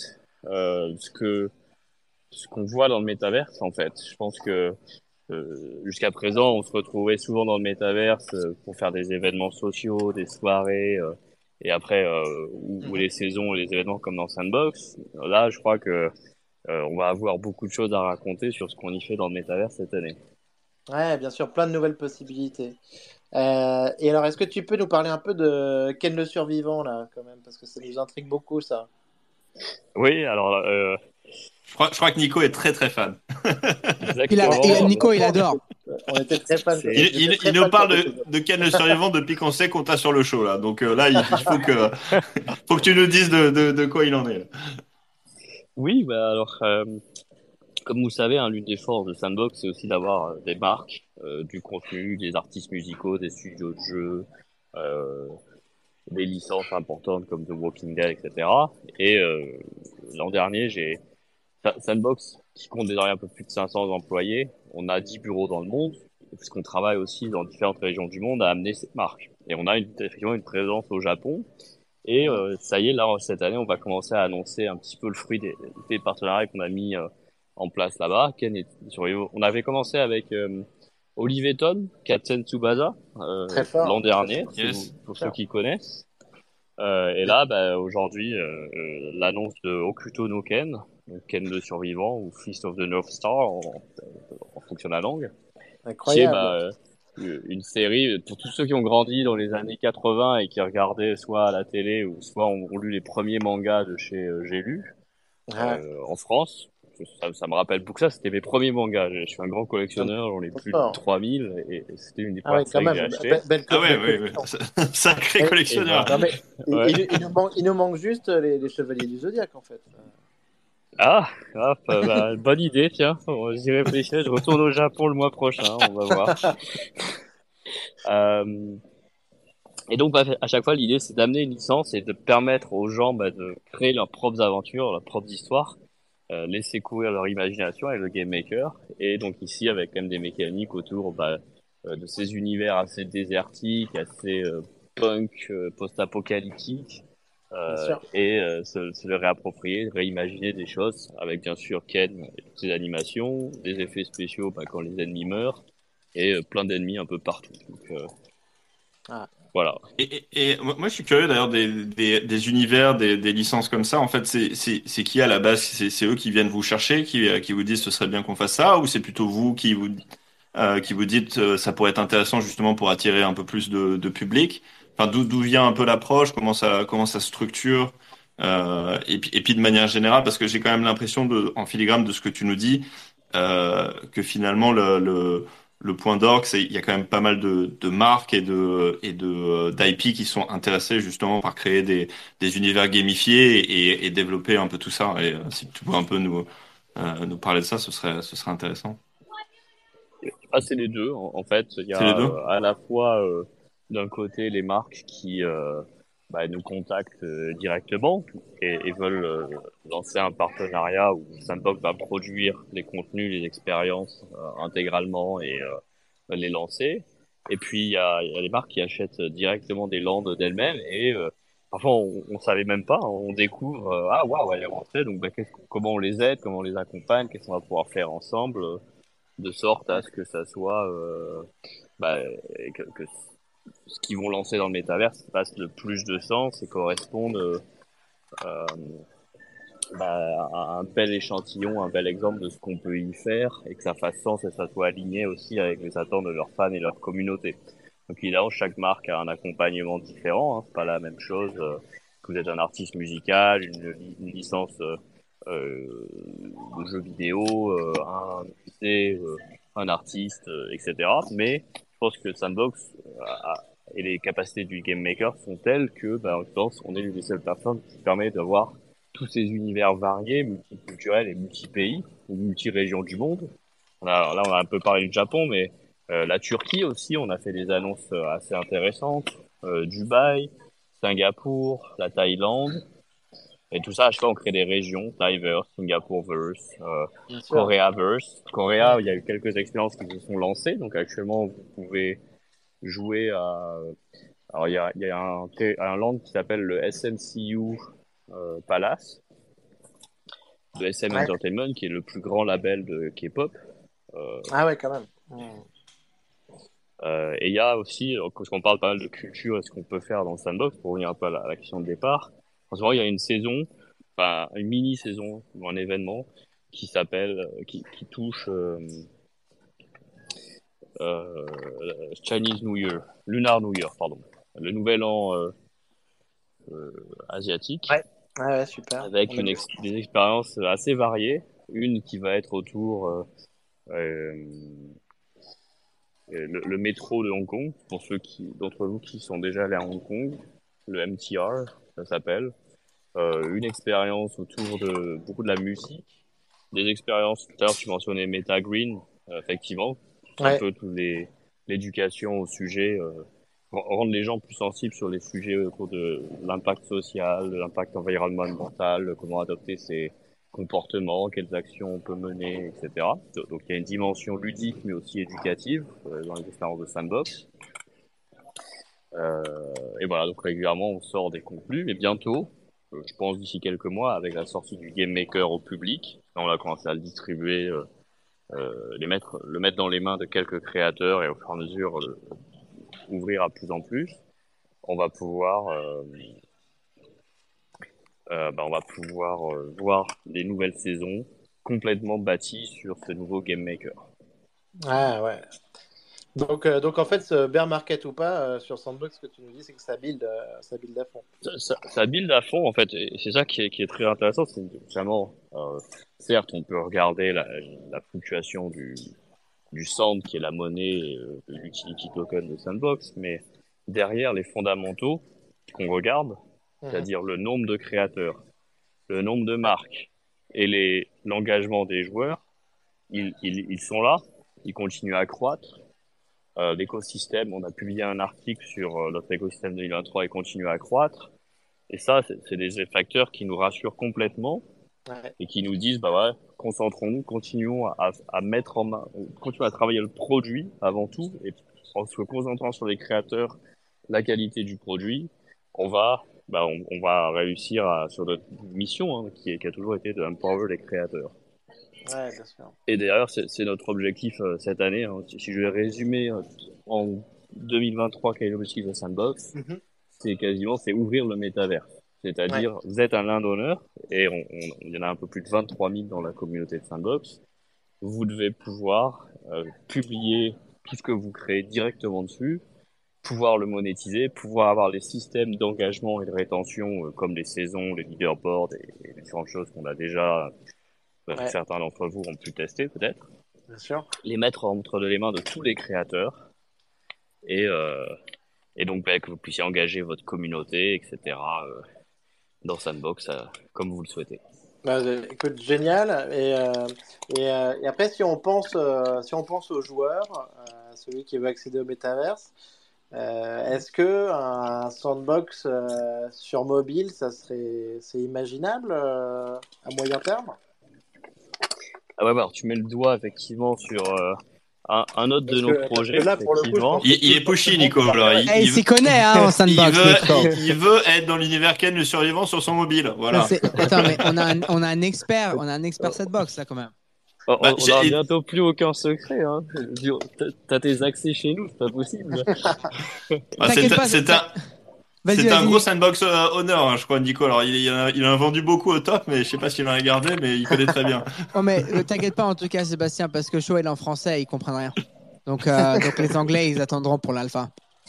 ce qu'on voit dans le métaverse en fait. Je pense que jusqu'à présent, on se retrouvait souvent dans le métaverse pour faire des événements sociaux, des soirées, et après ou Mhm. les saisons, les événements comme dans Sandbox. Là, je crois que on va avoir beaucoup de choses à raconter sur ce qu'on y fait dans le métaverse cette année. Ouais, bien sûr, plein de nouvelles possibilités. Et alors, est-ce que tu peux nous parler un peu de Ken le Survivant, là, quand même, parce que ça nous intrigue beaucoup, ça. Oui, alors Je crois que Nico est très très fan. exactement. Nico, il Franchement, adore. on était très fans. C'est J'étais Il très nous fan sur parle cet épisode. de Ken le survivant depuis qu'on sait qu'on t'a sur le show là. Donc là, il faut que tu nous dises de quoi il en est. Là. oui, bah alors comme vous le savez, hein, l'une des forces de Sandbox, c'est aussi d'avoir des marques, du contenu, des artistes musicaux, des studios de jeux, euh, des licences importantes comme The Walking Dead, etc. Et l'an dernier, Sandbox, qui compte désormais un peu plus de 500 employés. On a 10 bureaux dans le monde. puisqu'on travaille aussi dans différentes régions du monde, à amener cette marque. Et on a effectivement une présence au Japon. Et ça y est, là, cette année, on va commencer à annoncer un petit peu le fruit des partenariats qu'on a mis en place là-bas. On avait commencé avec Olive Tom, Katzen Tsubasa, Très fort. l'an dernier, Yes. pour ceux qui connaissent. Et là, aujourd'hui, l'annonce de Hokuto no Ken, donc Ken le survivant, ou Fist of the North Star, en fonction de la langue, qui est Incroyable. une série pour tous ceux qui ont grandi dans les années 80 et qui regardaient soit à la télé ou soit ont lu les premiers mangas de chez J'ai lu Ouais. en France. Ça me rappelle beaucoup ça, c'était mes premiers mangas. Je suis un grand collectionneur, j'en ai plus de 3000 et c'était une des Ah ouais, premières quand séries que j'ai même. achetées. Ah ouais, Belle oui, collection. sacré Et collectionneur. non, mais Ouais. il nous manque juste les Chevaliers du Zodiaque, en fait. Bonne idée, tiens. J'y réfléchis, je retourne au Japon le mois prochain, on va voir. Euh, Et donc, à chaque fois, l'idée, c'est d'amener une licence et de permettre aux gens de créer leurs propres aventures, leurs propres histoires, laisser courir leur imagination avec le game maker. Et donc ici, avec quand même des mécaniques autour de ces univers assez désertiques, assez punk, post-apocalyptiques, Bien sûr. et se le réapproprier, réimaginer des choses, avec bien sûr Ken et toutes ses animations, des effets spéciaux quand les ennemis meurent, et plein d'ennemis un peu partout. Donc, Ah. voilà. Et moi, je suis curieux d'ailleurs des univers, des licences comme ça. En fait, c'est qui à la base? C'est eux qui viennent vous chercher, qui vous disent ce serait bien qu'on fasse ça, ou c'est plutôt vous qui vous dites ça pourrait être intéressant justement pour attirer un peu plus de public? Enfin, d'où vient un peu l'approche? Comment ça se structure? Et puis de manière générale, parce que j'ai quand même l'impression en filigrane de ce que tu nous dis, que finalement le point d'orgue, c'est il y a quand même pas mal de marques et d'IP qui sont intéressés justement par créer des univers gamifiés et développer un peu tout ça. Et si tu pouvais un peu nous parler de ça, ce serait intéressant. C'est les deux. En fait, il y C'est les a deux? à la fois d'un côté les marques qui nous contactent directement et veulent lancer un partenariat où Sandbox va produire les contenus, les expériences intégralement et les lancer. Et puis il y a les marques qui achètent directement des landes d'elles-mêmes et parfois on savait même pas, on découvre ah waouh elle est rentrée donc comment on les aide, comment on les accompagne, qu'est-ce qu'on va pouvoir faire ensemble de sorte à ce que ça soit bah, que ce qu'ils vont lancer dans le métaverse fasse le plus de sens et corresponde euh, à un bel échantillon, un bel exemple de ce qu'on peut y faire et que ça fasse sens et que ça soit aligné aussi avec les attentes de leurs fans et leur communauté. Donc évidemment, chaque marque a un accompagnement différent, hein, c'est pas la même chose que vous êtes un artiste musical, une licence de jeux vidéo, un musée, un artiste, etc. Mais je pense que Sandbox et les capacités du game maker sont telles que, en l'occurrence, on est l'une des seules personnes qui permet d'avoir tous ces univers variés, multiculturels et multi-pays ou multi-régions du monde. Là, on a un peu parlé du Japon, mais la Turquie aussi, on a fait des annonces assez intéressantes. Dubaï, Singapour, la Thaïlande. Et tout ça, à chaque fois, on crée des régions, Thaïverse, Singaporeverse, Bien sûr. Koreaverse. Korea, il y a eu quelques expériences qui se sont lancées. Donc actuellement, vous pouvez jouer à... Alors, il y a un land qui s'appelle le SMCU Palace, de SM Ouais. Entertainment, qui est le plus grand label de K-pop. Ah ouais, quand même. Et il y a aussi, parce qu'on parle pas mal de culture et ce qu'on peut faire dans le sandbox, pour revenir un peu à la question de départ, en ce moment, il y a une saison, enfin, une mini-saison, ou un événement, qui s'appelle, qui touche euh, Chinese New Year, Lunar New Year, pardon, le nouvel an asiatique, Ouais. Ouais, super. avec des expériences assez variées. Une qui va être autour euh, le métro de Hong Kong, pour ceux d'entre vous qui sont déjà allés à Hong Kong, le MTR, ça s'appelle. Une expérience autour de beaucoup de la musique, des expériences, tout à l'heure tu mentionnais MetaGreen, effectivement, c'est un Ouais. peu l'éducation au sujet, rendre les gens plus sensibles sur les sujets autour de l'impact social, de l'impact environnemental, comment adopter comportements, quelles actions on peut mener, etc. Donc il y a une dimension ludique mais aussi éducative dans les expériences de sandbox. Et voilà, donc régulièrement on sort des contenus, mais bientôt, je pense d'ici quelques mois, avec la sortie du Game Maker au public, on va commencer à le distribuer, le mettre dans les mains de quelques créateurs et au fur et à mesure ouvrir à plus en plus. On va pouvoir voir des nouvelles saisons complètement bâties sur ce nouveau Game Maker. Ah ouais. Donc en fait, ce bear market ou pas, sur Sandbox, ce que tu nous dis, c'est que ça build à fond. Ça build à fond, en fait, et c'est ça qui est très intéressant. C'est vraiment, certes, on peut regarder la fluctuation du Sand, qui est la monnaie de l'utility token de Sandbox, mais derrière les fondamentaux qu'on regarde, c'est-à-dire le nombre de créateurs, le nombre de marques et l'engagement des joueurs, ils sont là, ils continuent à croître. L'écosystème, on a publié un article sur notre écosystème 2023 et continue à croître. Et ça, c'est des facteurs qui nous rassurent complètement et qui nous disent, bah ouais, concentrons-nous, continuons à mettre en main, continuons à travailler le produit avant tout, et en se concentrant sur les créateurs, la qualité du produit, on va réussir sur notre mission, qui a toujours été de empower les créateurs. Ouais, bien sûr. Et d'ailleurs, c'est notre objectif cette année. Si je vais résumer en 2023 quel est l'objectif de Sandbox, c'est ouvrir le métavers. C'est-à-dire, vous êtes un landowner, et il y en a un peu plus de 23 000 dans la communauté de Sandbox. Vous devez pouvoir publier tout ce que vous créez directement dessus, pouvoir le monétiser, pouvoir avoir les systèmes d'engagement et de rétention comme les saisons, les leaderboards et différentes choses qu'on a déjà... Certains d'entre vous ont pu tester peut-être. Bien sûr. Les mettre entre les mains de tous les créateurs et donc que vous puissiez engager votre communauté, etc. Dans Sandbox comme vous le souhaitez. Bah, écoute, génial. Et après, si on pense aux joueurs, celui qui veut accéder au métaverse, est-ce que un Sandbox sur mobile, c'est imaginable à moyen terme? Ah ouais, alors tu mets le doigt effectivement sur un autre de nos projets. Là, pour le coup, il est pushy, Nico. Là. Il s'y connaît en Sandbox. Il veut être dans l'univers Ken le survivant sur son mobile. Voilà. Attends, mais on a un expert Sandbox là quand même. On a bientôt plus aucun secret. Hein. T'as tes accès chez nous, c'est pas possible. C'est un gros sandbox honneur, je crois, Nico. Alors, il en a vendu beaucoup au top, mais je sais pas s'il en a gardé, mais il connaît très bien. Oh, mais t'inquiète pas, en tout cas, Sébastien, parce que Show est en français, ils comprennent rien. Donc les Anglais, ils attendront pour l'alpha.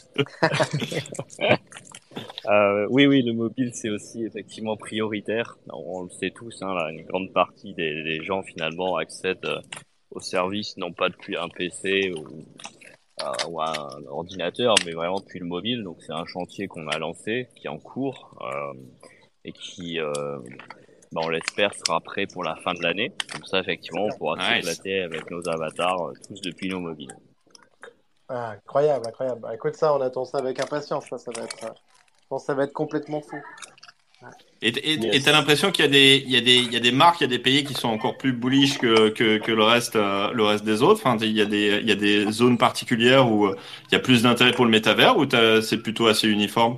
Oui, le mobile, c'est aussi effectivement prioritaire. On le sait tous, là, une grande partie des gens, finalement, accèdent aux services, non pas depuis un PC ou un ordinateur, mais vraiment depuis le mobile. Donc c'est un chantier qu'on a lancé, qui est en cours et qui, on l'espère, sera prêt pour la fin de l'année. Comme ça, effectivement, on pourra s'éclater avec nos avatars tous depuis nos mobiles. Ah, incroyable. Bah, écoute, ça, on attend ça avec impatience. Ça va être, je pense que ça va être complètement fou. Et t'as l'impression qu'il y a des marques, il y a des pays qui sont encore plus bullish que le reste des autres. Enfin, il y a des zones particulières où il y a plus d'intérêt pour le métavers, ou c'est plutôt assez uniforme?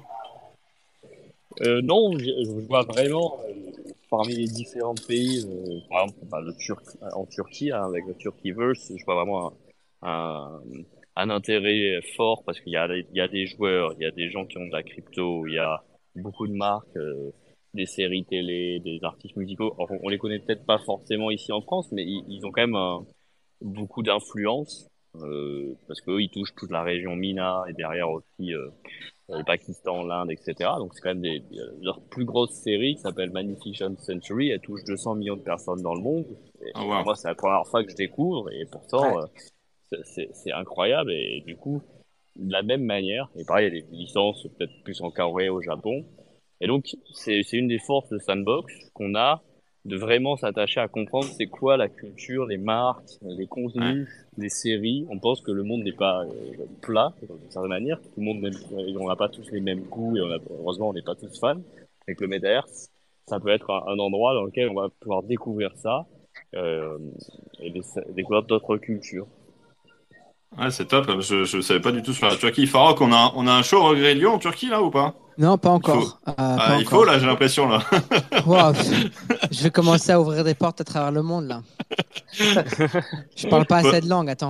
Non, je vois vraiment parmi les différents pays, par exemple, en Turquie, avec le Turkiverse, je vois vraiment un intérêt fort parce qu'il y a des joueurs, il y a des gens qui ont de la crypto, il y a beaucoup de marques, des séries télé, des artistes musicaux. Enfin, on les connaît peut-être pas forcément ici en France, mais ils ont quand même beaucoup d'influence parce qu'eux, ils touchent toute la région MENA et derrière aussi le Pakistan, l'Inde, etc. Donc c'est quand même leur plus grosse série qui s'appelle Magnificent Century. Elle touche 200 millions de personnes dans le monde. Et moi, c'est la première fois que je découvre et pourtant c'est incroyable. Et du coup, de la même manière, et pareil, il y a des licences peut-être plus en Corée, au Japon. Et donc, c'est une des forces de Sandbox qu'on a, de vraiment s'attacher à comprendre c'est quoi la culture, les marques, les contenus, les séries. On pense que le monde n'est pas plat, d'une certaine manière. Tout le monde on n'a pas tous les mêmes goûts et heureusement, on n'est pas tous fans. Avec le Metaverse, ça peut être un endroit dans lequel on va pouvoir découvrir ça euh, et découvrir d'autres cultures. Ouais, c'est top. Je savais pas du tout sur la Turquie. Farok, on a un show Regret Lyon en Turquie là ou pas? Non, pas Il faut. encore. Ah, Pas il faut là, encore. j'ai l'impression là. Wow, je vais commencer à ouvrir des portes à travers le monde là. Je parle pas assez de langue, attends.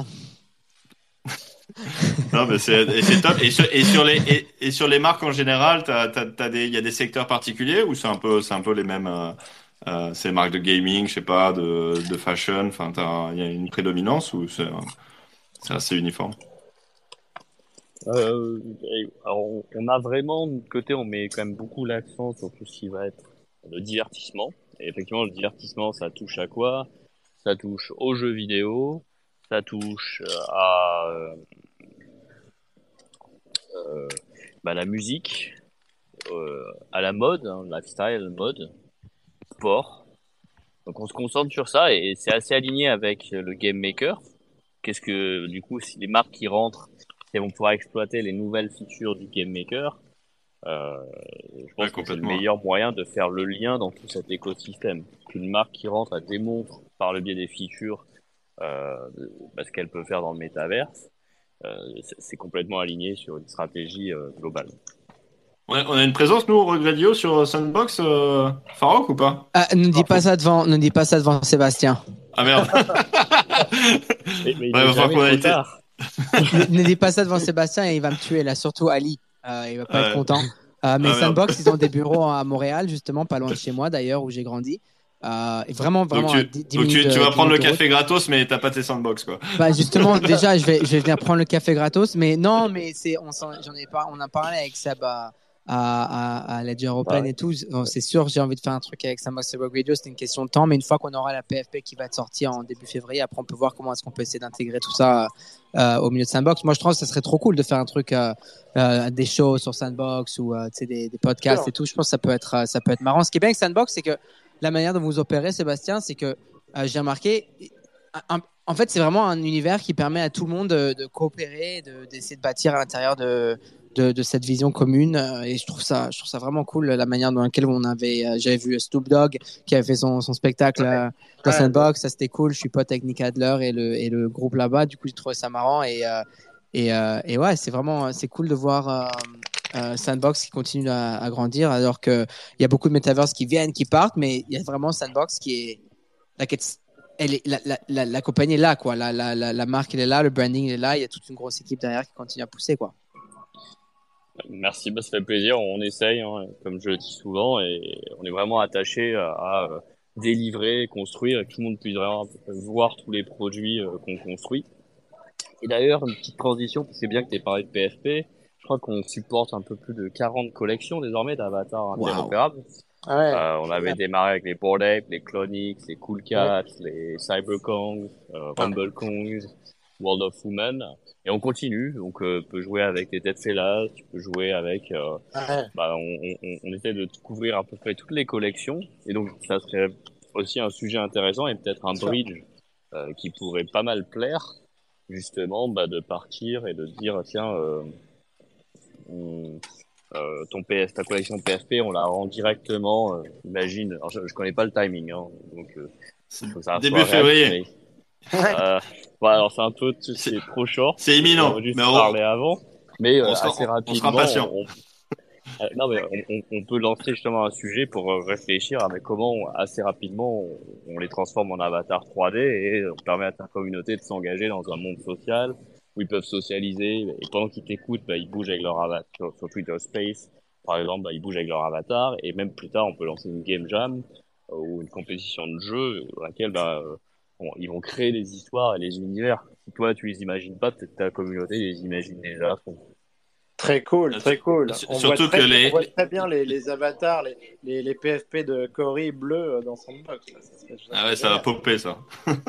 Non, mais c'est top. Et sur les marques en général, il y a des secteurs particuliers ou c'est un peu les mêmes. C'est marques de gaming, je sais pas, de fashion. Enfin, il y a une prédominance ou c'est assez uniforme. Alors on a vraiment, de notre côté, on met quand même beaucoup l'accent sur tout ce qui va être le divertissement. Et effectivement, le divertissement, ça touche à quoi? Ça touche aux jeux vidéo, ça touche euh, la musique, à la mode, hein, lifestyle, mode, sport. Donc on se concentre sur ça et c'est assez aligné avec le game maker. Qu'est-ce que, du coup, si les marques qui rentrent, si elles vont pouvoir exploiter les nouvelles features du game maker, euh, je Ouais, pense que c'est le complètement. meilleur moyen de faire le lien dans tout cet écosystème. Qu'une marque qui rentre, elle démontre par le biais des features ce qu'elle peut faire dans le métaverse, c'est complètement aligné sur une stratégie globale. On a une présence, nous, au Regredio sur Sandbox, Farok ou pas? Ah, ne dis pas ça devant Sébastien. Ah merde. Mais il Ouais, n'est va falloir jamais qu'on a trop été. tard. Ne dis pas ça devant Sébastien et il va me tuer là, surtout Ali. Il va pas être Ouais. content. Mais Ah merde. Sandbox, ils ont des bureaux à Montréal, justement, pas loin de chez moi d'ailleurs, où j'ai grandi. Et vraiment, Donc vraiment à tu, 10 donc minutes tu, tu vas 10 prendre minutes le de route. café gratos, mais t'as pas tes Sandbox, quoi. Bah justement, déjà, je vais venir prendre le café gratos, mais non, mais j'en ai pas, on a parlé avec Seb à Ledger Open Ouais. et tout. Bon, c'est sûr, j'ai envie de faire un truc avec Sandbox et Rogue Radio, c'est une question de temps, mais une fois qu'on aura la PFP qui va être sortie en début février, après on peut voir comment est-ce qu'on peut essayer d'intégrer tout ça au milieu de Sandbox. Moi, je trouve que ça serait trop cool de faire un truc, des shows sur Sandbox ou tu sais, des podcasts et tout. Je pense que ça peut être marrant. Ce qui est bien avec Sandbox, c'est que la manière dont vous opérez, Sébastien, c'est que j'ai remarqué, en fait, c'est vraiment un univers qui permet à tout le monde de coopérer, d'essayer de bâtir à l'intérieur de cette vision commune. Et je trouve ça vraiment cool la manière dans laquelle j'avais vu Snoop Dogg qui avait fait son spectacle dans Sandbox. Ça, c'était cool. Je suis pote avec Nick Adler et le groupe là-bas. Du coup, j'ai trouvé ça marrant. Et ouais, c'est cool de voir Sandbox qui continue à grandir alors qu'il y a beaucoup de metaverse qui viennent, qui partent, mais il y a vraiment Sandbox qui est la la compagnie est là, quoi. La marque, elle est là, le branding, il est là. Il y a toute une grosse équipe derrière qui continue à pousser, quoi. Merci, ça fait plaisir. On essaye, hein, comme je le dis souvent, et on est vraiment attaché à délivrer, construire, et que tout le monde puisse vraiment voir tous les produits qu'on construit. Et d'ailleurs, une petite transition, parce que c'est bien que tu aies parlé de PFP. Je crois qu'on supporte un peu plus de 40 collections désormais d'avatars Waouh. interopérables. Ouais. On avait démarré avec les Bored Ape, les Clonix, les Cool Cats, les Cyberkongs, Rumble Kongs, World of Women. Et on continue, donc tu peux jouer avec les Dead Fellas, tu peux jouer avec... Ouais. on essaie de couvrir à peu près toutes les collections. Et donc ça serait aussi un sujet intéressant et peut-être un bridge qui pourrait pas mal plaire, justement, de partir et de dire, tiens, on- ta collection PFP, on la rend directement, imagine, alors je connais pas le timing, hein, donc C'est il faut que ça début soit React, février. mais alors C'est c'est trop short, c'est on aurait imminent. dû Mais se parler avant, mais on sera, assez on sera rapidement, patient. non mais on peut lancer justement un sujet pour réfléchir à mais comment assez rapidement on les transforme en avatar 3D et on permet à ta communauté de s'engager dans un monde social où ils peuvent socialiser et pendant qu'ils t'écoutent, ils bougent avec leur avatar sur Twitter Space, par exemple, ils bougent avec leur avatar et même plus tard on peut lancer une game jam ou une compétition de jeu dans laquelle ils vont créer des histoires et les univers. Si toi tu les imagines pas, peut-être ta communauté les imagine déjà. Très cool, très cool. Surtout que On voit très bien les avatars, les PFP de Cory bleus dans Sandbox. Ah ouais, ça va popper ça.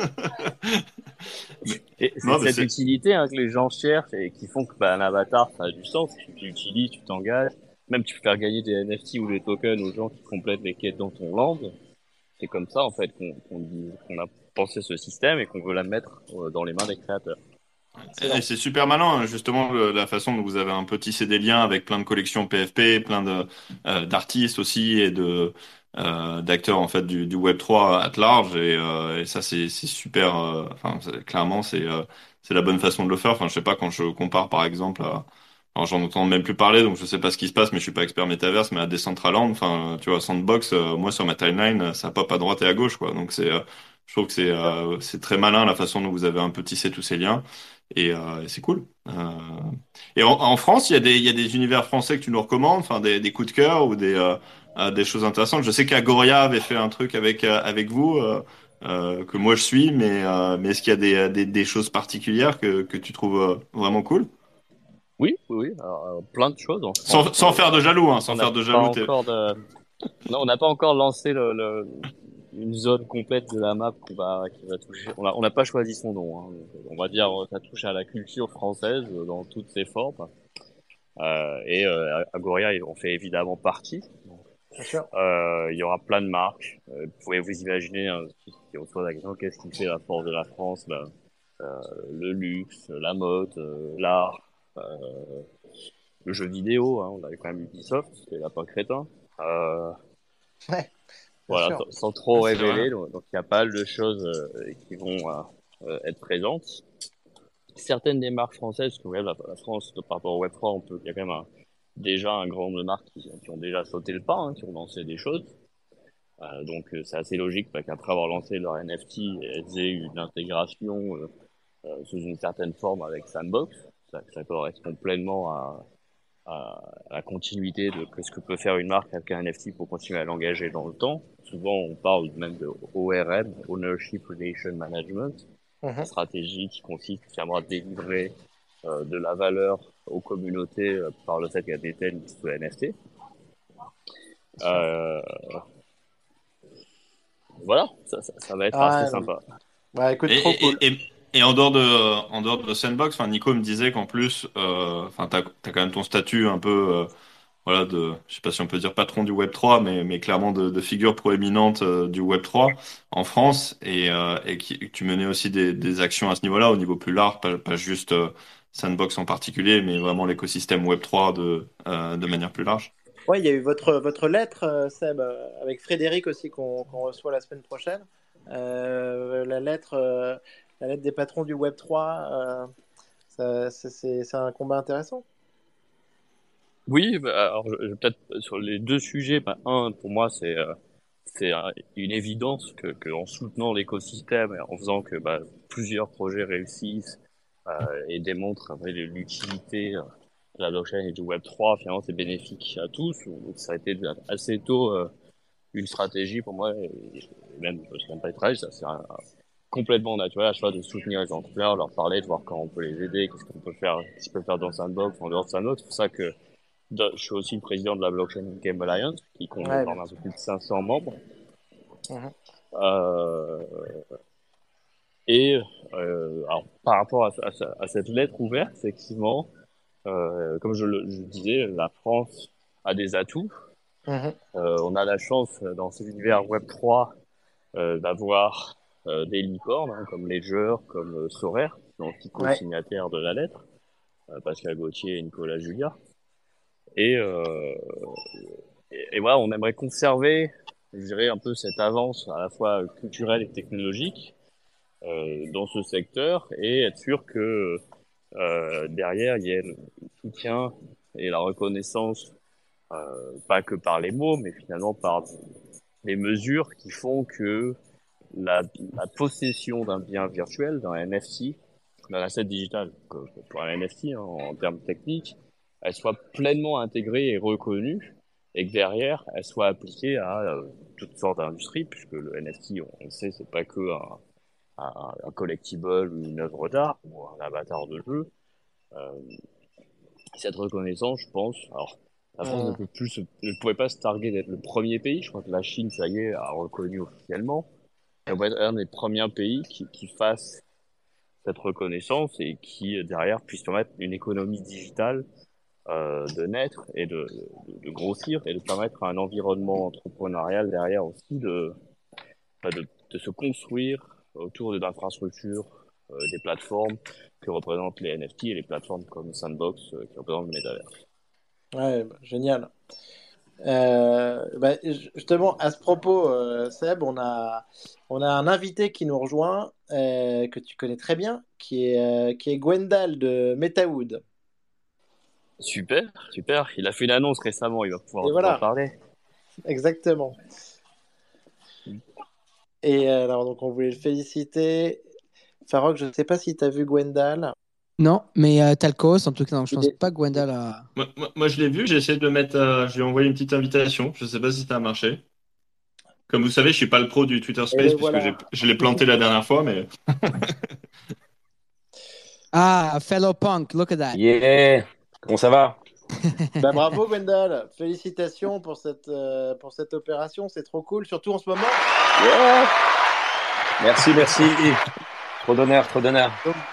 Et c'est Non, mais cette utilité que les gens cherchent et qui font que un avatar, ça a du sens. Tu l'utilises, tu t'engages. Même tu peux faire gagner des NFT ou des tokens aux gens qui complètent les quêtes dans ton land. C'est comme ça en fait qu'on a pensé ce système et qu'on veut la mettre dans les mains des créateurs. Et c'est super malin, justement, la façon dont vous avez un peu tissé des liens avec plein de collections PFP, plein d'artistes aussi, et d'acteurs en fait du Web 3 at large et ça c'est super. Enfin, clairement c'est la bonne façon de le faire. Enfin, je sais pas quand je compare par exemple à alors j'en entends même plus parler, donc je sais pas ce qui se passe, mais je suis pas expert métaverse, mais à Decentraland, enfin, tu vois, Sandbox, moi sur ma timeline, ça pop à droite et à gauche, quoi. Donc je trouve que c'est très malin la façon dont vous avez un peu tissé tous ces liens, et c'est cool. Et en France, il y a des univers français que tu nous recommandes, enfin, des coups de cœur ou des choses intéressantes. Je sais qu'Agoria avait fait un truc avec vous, que moi je suis, mais est-ce qu'il y a des choses particulières que tu trouves vraiment cool? Oui, oui, oui. Alors, plein de choses en France. Sans faire de jaloux, hein, On sans n'a faire de pas jaloux. encore de, non, on n'a pas encore lancé une zone complète de la map qui va toucher. On n'a pas choisi son nom. Hein. On va dire, ça touche à la culture française dans toutes ses formes. Agoria, on fait évidemment partie. Bien sûr. Il y aura plein de marques. Vous pouvez vous imaginer, hein, si on se pose la question, qu'est-ce qui fait la force de la France? Le luxe, la mode, l'art, le jeu vidéo. Hein, on avait quand même Ubisoft, c'est pas crétin. Ouais, bien Voilà, sûr. sans trop C'est vrai. révéler. Donc il y a pas mal de choses qui vont être présentes. Certaines des marques françaises, parce que ouais, la France, par rapport au Web3, il y a quand même déjà un grand nombre de marques qui ont déjà sauté le pas, hein, qui ont lancé des choses. C'est assez logique qu'après avoir lancé leur NFT, elles aient une intégration sous une certaine forme avec Sandbox. Ça correspond pleinement à la continuité de que ce que peut faire une marque avec un NFT pour continuer à l'engager dans le temps. Souvent, on parle même de ORM, Ownership Relation Management, Mhm. stratégie qui consiste finalement à délivrer de la valeur aux communautés par le fait qu'elles détiennent ce NFT. Bien sûr. Euh, voilà, ça va être assez Ah, non. sympa. Bah, écoute, Et, trop cool. et en dehors de Sandbox, enfin, Nico me disait qu'en plus, enfin, t'as quand même ton statut un peu, voilà, je sais pas si on peut dire patron du Web 3, mais clairement de figure proéminente du Web 3 en France, que tu menais aussi des actions à ce niveau-là, au niveau plus large, pas juste Sandbox en particulier, mais vraiment l'écosystème Web 3 de manière plus large. Ouais, il y a eu votre lettre, Seb, avec Frédéric aussi, qu'on reçoit la semaine prochaine. La lettre des patrons du Web3, c'est un combat intéressant. Oui, alors peut-être sur les deux sujets, un pour moi c'est une évidence que en soutenant l'écosystème et en faisant que plusieurs projets réussissent et démontrent après l'utilité de la blockchain et du Web 3, finalement c'est bénéfique à tous. Donc ça a été assez tôt une stratégie pour moi, et même je ne sais même pas les travail, ça c'est complètement naturel à choix de soutenir les entrepreneurs, leur parler, de voir comment on peut les aider, qu'est-ce qu'on peut faire, qu'est-ce qu'ils peuvent faire dans Sandbox, en dehors de Sandbox. C'est pour ça que je suis aussi le président de la Blockchain Game Alliance, qui compte Ouais, bien désormais un peu sûr. plus de 500 membres. Mhm. Euh, alors, par rapport à cette lettre ouverte, effectivement, comme je le disais, la France a des atouts. Mhm. On a la chance, dans cet univers Web3, d'avoir des licornes, hein, comme Ledger, comme Sorare, qui sont aussi Ouais. co-signataires de la lettre, Pascal Gauthier et Nicolas Julia. Et, euh, et voilà, on aimerait conserver, je dirais, un peu cette avance à la fois culturelle et technologique dans ce secteur et être sûr que derrière, il y ait le soutien et la reconnaissance, pas que par les mots, mais finalement par les mesures qui font que la, la possession d'un bien virtuel, d'un NFT, d'un asset digital, pour un NFT hein, en termes techniques, elle soit pleinement intégrée et reconnue, et que derrière, elle soit appliquée à toutes sortes d'industries, puisque le NFT, on le sait, c'est pas que un collectible ou une œuvre d'art ou un avatar de jeu. Euh, cette reconnaissance, je pense, alors la France Mhm. ne pouvait pas se targuer d'être le premier pays. Je crois que la Chine, ça y est, a reconnu officiellement. Et on va être un des premiers pays qui fasse cette reconnaissance et qui derrière puisse permettre une économie digitale de naître et de grossir et de permettre à un environnement entrepreneurial derrière aussi de se construire autour d'infrastructures, des plateformes que représentent les NFT et les plateformes comme Sandbox qui représentent le métavers. Ouais, bah, génial. Justement, à ce propos, Seb, on a un invité qui nous rejoint, que tu connais très bien, qui est Gwendal de MetaWood. Super, super. Il a fait une annonce récemment, il va pouvoir Et nous en voilà, parler. exactement. Alors, donc, on voulait le féliciter. Farok, je ne sais pas si tu as vu Gwendal. Non, mais Talcos, en tout cas, non, je Il pense est- pas que Gwendal a. Moi, je l'ai vu, j'ai essayé de le mettre, je lui ai envoyé une petite invitation. Je sais pas si ça a marché. Comme vous savez, je suis pas le pro du Twitter Et Space le puisque voilà. je l'ai planté la dernière fois, mais Ah, fellow punk, look at that. Yeah! Comment ça va? Bravo, Gwendal. Félicitations pour cette opération. C'est trop cool, surtout en ce moment. Yeah! Merci, merci. Trop d'honneur, trop d'honneur.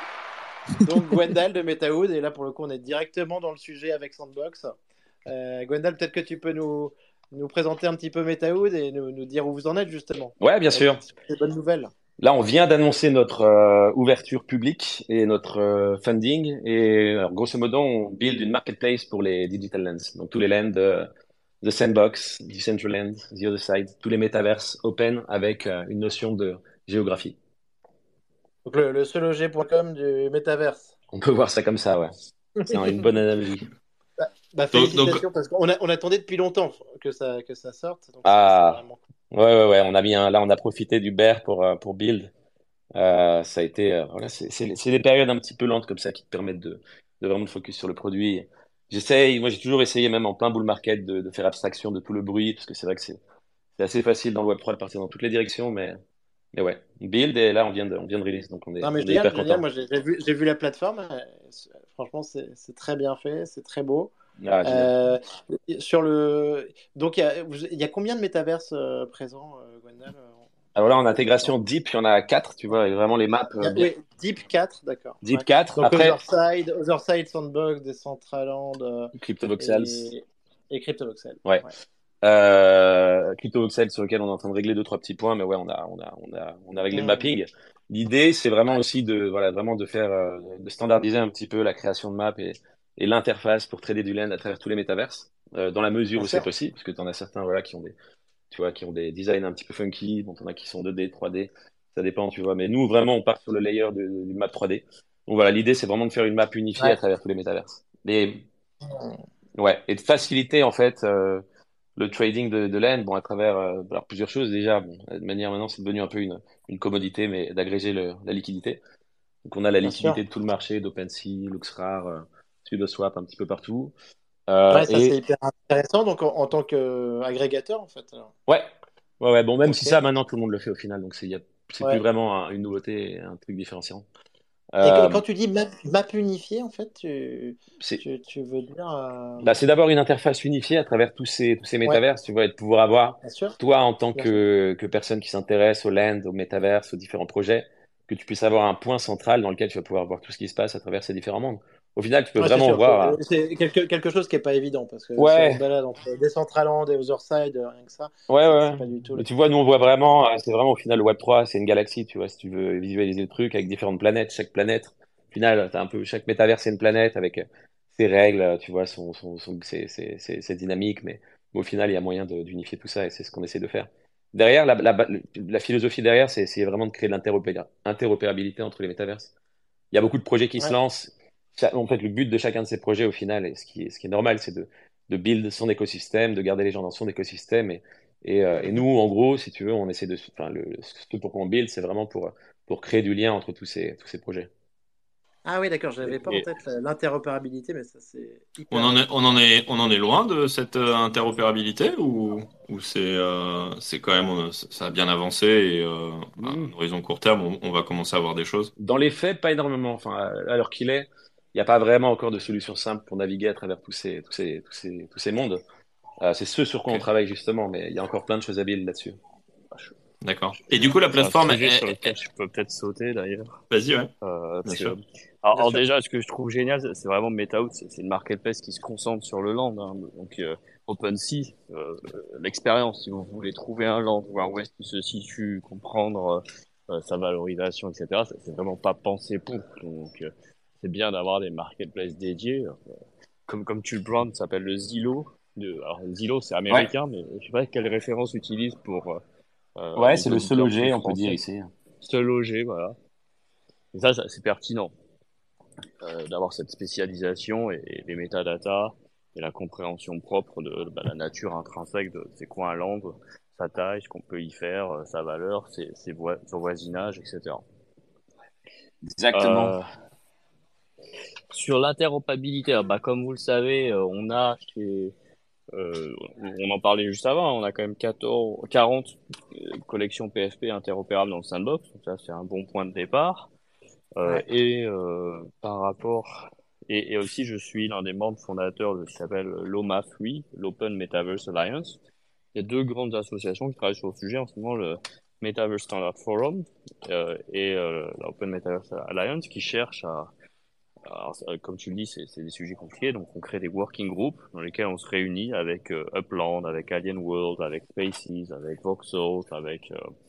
Donc, Gwendal de MetaWood. Et là, pour le coup, on est directement dans le sujet avec Sandbox. Gwendal, peut-être que tu peux nous présenter un petit peu MetaWood et nous dire où vous en êtes, justement. Ouais, bien sûr. Avec des bonnes nouvelles. Là, on vient d'annoncer notre ouverture publique et notre funding. Et alors, grosso modo, on build une marketplace pour les digital lands. Donc, tous les lands de The Sandbox, Decentraland, The Other Side, tous les métaverses open avec une notion de géographie. Donc, le seulog.com du Metaverse. On peut voir ça comme ça, ouais. C'est une bonne analogie. donc, Félicitations, parce on attendait depuis longtemps que ça sorte. Donc, c'est Ah, vraiment cool. ouais. On a mis là, on a profité du bear pour build. Ça a été, voilà, c'est des périodes un petit peu lentes comme ça qui te permettent de vraiment te focus sur le produit. Moi j'ai toujours essayé, même en plein bull market, de faire abstraction de tout le bruit, parce que c'est vrai que c'est assez facile dans le Web3 de partir dans toutes les directions, mais ouais, build et là on vient de release, donc Non, mais on est hyper génial. content. Moi, j'ai vu la plateforme. Franchement, c'est très bien fait. C'est très beau. Ah, génial. Euh, sur le... Donc, il y a combien de métaverses présents, Gwendal Alors là, en pour l'instant? intégration Deep, il y en a quatre, tu vois, et vraiment les maps bien. Oui, Deep 4, d'accord. Deep Ouais. 4, Donc, après Otherside, Sandbox, Decentraland CryptoVoxels, et CryptoVoxel. ouais. Ouais. CryptoVoxels sur lequel on est en train de régler deux, trois petits points, mais ouais, on a réglé le mapping. L'idée, c'est vraiment aussi voilà, vraiment de faire, de standardiser un petit peu la création de maps et l'interface pour trader du land à travers tous les métaverses, dans la mesure Bien où c'est sûr. possible, parce que tu en as certains, voilà, tu vois, qui ont des designs un petit peu funky, dont on a qui sont 2D, 3D, ça dépend, tu vois. Mais nous, vraiment, on part sur le layer du map 3D. Donc voilà, l'idée, c'est vraiment de faire une map unifiée à Ouais. travers tous les métaverses. Ouais, et de faciliter, en fait, le trading de land, bon, à travers alors, plusieurs choses déjà. Bon, de manière maintenant, c'est devenu un peu une commodité, mais d'agréger la liquidité. Donc, on a la Bien sûr. liquidité de tout le marché, d'OpenSea, LuxRare, SudoSwap, un petit peu partout. Ouais, ça, c'est Et hyper intéressant. Donc, en tant qu'agrégateur, en fait. Alors. ouais, ouais. Bon, même si Ok. ça, maintenant, tout le monde le fait au final. Donc, c'est plus Ouais. vraiment une nouveauté, un truc différenciant. Et Euh, quand tu dis map unifiée, en fait, c'est tu veux dire. c'est d'avoir une interface unifiée à travers tous ces Ouais, métaverses, tu vois, et de pouvoir avoir, bien sûr. toi, en tant Bien sûr. que personne qui s'intéresse au land, au métaverse, aux différents projets, que tu puisses avoir un point central dans lequel tu vas pouvoir voir tout ce qui se passe à travers ces différents mondes. Au final, tu peux Ouais, c'est vraiment sûr. voir, C'est quelque chose qui n'est pas évident parce que si on se ouais, balade entre Decentraland et Otherside, rien que ça, ouais. c'est pas du tout. Mais tu vois, nous, on voit vraiment, c'est vraiment au final, le Web3, c'est une galaxie, tu vois, si tu veux visualiser le truc avec différentes planètes, chaque planète, au final, t'as un peu, chaque métavers, c'est une planète avec ses règles, tu vois, c'est dynamique, mais au final, il y a moyen d'unifier tout ça et c'est ce qu'on essaie de faire. Derrière, la philosophie derrière, c'est essayer vraiment de créer de l'interopérabilité entre les métaverses. Il y a beaucoup de projets qui se Ouais. lancent. En fait, le but de chacun de ces projets, au final, et ce qui est normal, c'est de build son écosystème, de garder les gens dans son écosystème. Et nous, en gros, si tu veux, on essaie enfin, ce pourquoi on build, c'est vraiment pour créer du lien entre tous ces projets. Ah oui, d'accord, j'avais pas en Et tête l'interopérabilité, mais ça c'est on hyper en est, bien. on en est loin de cette interopérabilité ou c'est quand même, ça a bien avancé et à Hmm. un horizon court terme, on va commencer à voir des choses. Dans les faits, pas énormément. Enfin, à l'heure qu'il est, il n'y a pas vraiment encore de solution simple pour naviguer à travers tous ces mondes. C'est ce sur quoi on Ok, travaille justement, mais il y a encore plein de choses à build là-dessus. d'accord. Et du coup, la c'est un plateforme, sujet sur lequel je peux peut-être sauter d'ailleurs. vas-y, ouais, bien Parce que, sûr. Bien alors sûr. déjà, ce que je trouve génial, c'est vraiment MetaOut, c'est une marketplace qui se concentre sur le land. Hein. Donc OpenSea, l'expérience, si vous voulez trouver un land, voir où est-ce qu'il se situe, comprendre sa valorisation, etc. C'est vraiment pas pensé pour. Donc c'est bien d'avoir des marketplaces dédiés. Comme tu le brand, ça s'appelle le Zillow. Alors Zillow, c'est Ouais, américain, mais je sais pas quelle référence utilise pour ouais, les c'est le seul auditeurs plus OG, on peut dire français. ici. Se loger, voilà. Et ça, c'est pertinent d'avoir cette spécialisation et les métadatas et la compréhension propre de la nature intrinsèque de c'est quoi un land, sa taille, ce qu'on peut y faire, sa valeur, son voisinage, etc. Exactement. Euh, sur l'interopérabilité, comme vous le savez, on en parlait juste avant, on a quand même 40 collections PFP interopérables dans le sandbox, donc ça c'est un bon point de départ. Ouais. Par rapport et aussi je suis l'un des membres fondateurs de ce qui s'appelle l'OMA3, l'Open Metaverse Alliance. Il y a deux grandes associations qui travaillent sur le sujet en ce moment, le Metaverse Standard Forum l'Open Metaverse Alliance, qui cherchent comme tu le dis, c'est des sujets compliqués, donc on crée des working groups dans lesquels on se réunit avec Upland, avec Alien World, avec Spaces, avec Voxels, avec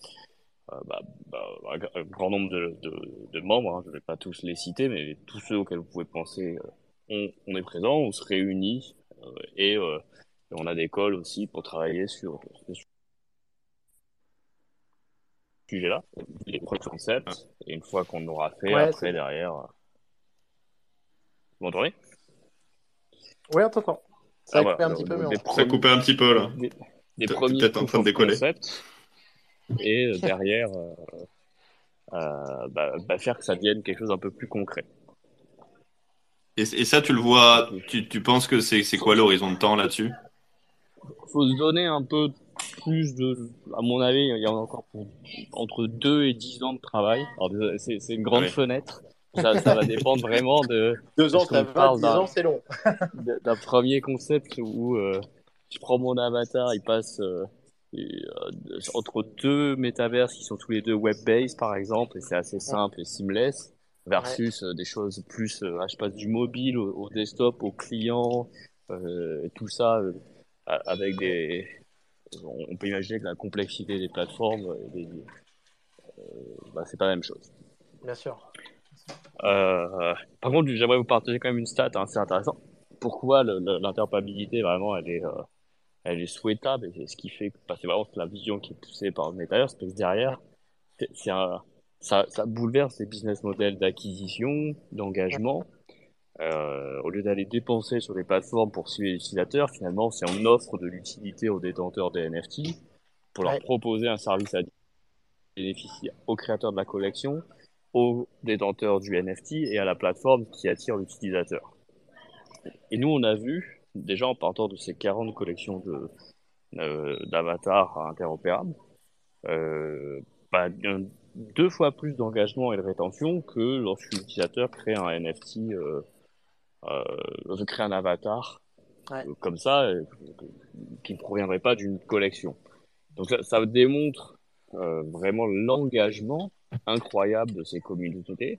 un grand nombre de membres, hein, je ne vais pas tous les citer, mais tous ceux auxquels vous pouvez penser, on est présent, on se réunit et on a des calls aussi pour travailler sur ce sujet-là, les premiers Ah, concepts, et une fois qu'on aura fait, Ouais, après derrière, vous m'entendez? ouais, on t'entend. Ça Ah a coupé voilà, un petit peu, mais on ça a t'entend. coupé un petit peu là. des T'es premiers peut-être en proof train de of décoller. concept, et derrière, faire que ça devienne quelque chose d'un peu plus concret. Et ça, tu le Donc, vois, tu penses que c'est faut, quoi l'horizon de temps là-dessus? faut se donner un peu plus à mon avis, il y en a encore pour entre 2 et 10 ans de travail. Alors, désolé, c'est une Ah grande ouais. fenêtre. Ça va dépendre vraiment de, Deux ans, est-ce ça qu'on va, parle 10 ans, c'est long. d'un premier concept où je prends mon avatar, il passe entre deux métaverses qui sont tous les deux web-based par exemple, et c'est assez simple et seamless, Ouais, versus des choses plus, je passe du mobile au desktop, au client, et tout ça avec on peut imaginer que la complexité des plateformes, c'est pas la même chose. bien sûr. Par contre, j'aimerais vous partager quand même une stat, hein, c'est intéressant. Pourquoi l'interopérabilité vraiment elle est souhaitable et c'est ce qui fait que c'est vraiment la vision qui est poussée par le Metaverse parce que derrière c'est c'est un ça bouleverse les business models d'acquisition, d'engagement. Au lieu d'aller dépenser sur des plateformes pour suivre les utilisateurs, finalement, c'est on offre de l'utilité aux détenteurs des NFT pour leur Ouais, proposer un service à bénéficier aux créateurs de la collection, aux détenteurs du NFT et à la plateforme qui attire l'utilisateur. Et nous, on a vu, déjà en partant de ces 40 collections d'avatars interopérables, euh, deux fois plus d'engagement et de rétention que lorsque l'utilisateur crée un NFT, crée un avatar ouais, comme ça, qui ne proviendrait pas d'une collection. Donc ça démontre vraiment l'engagement incroyable de ces communautés.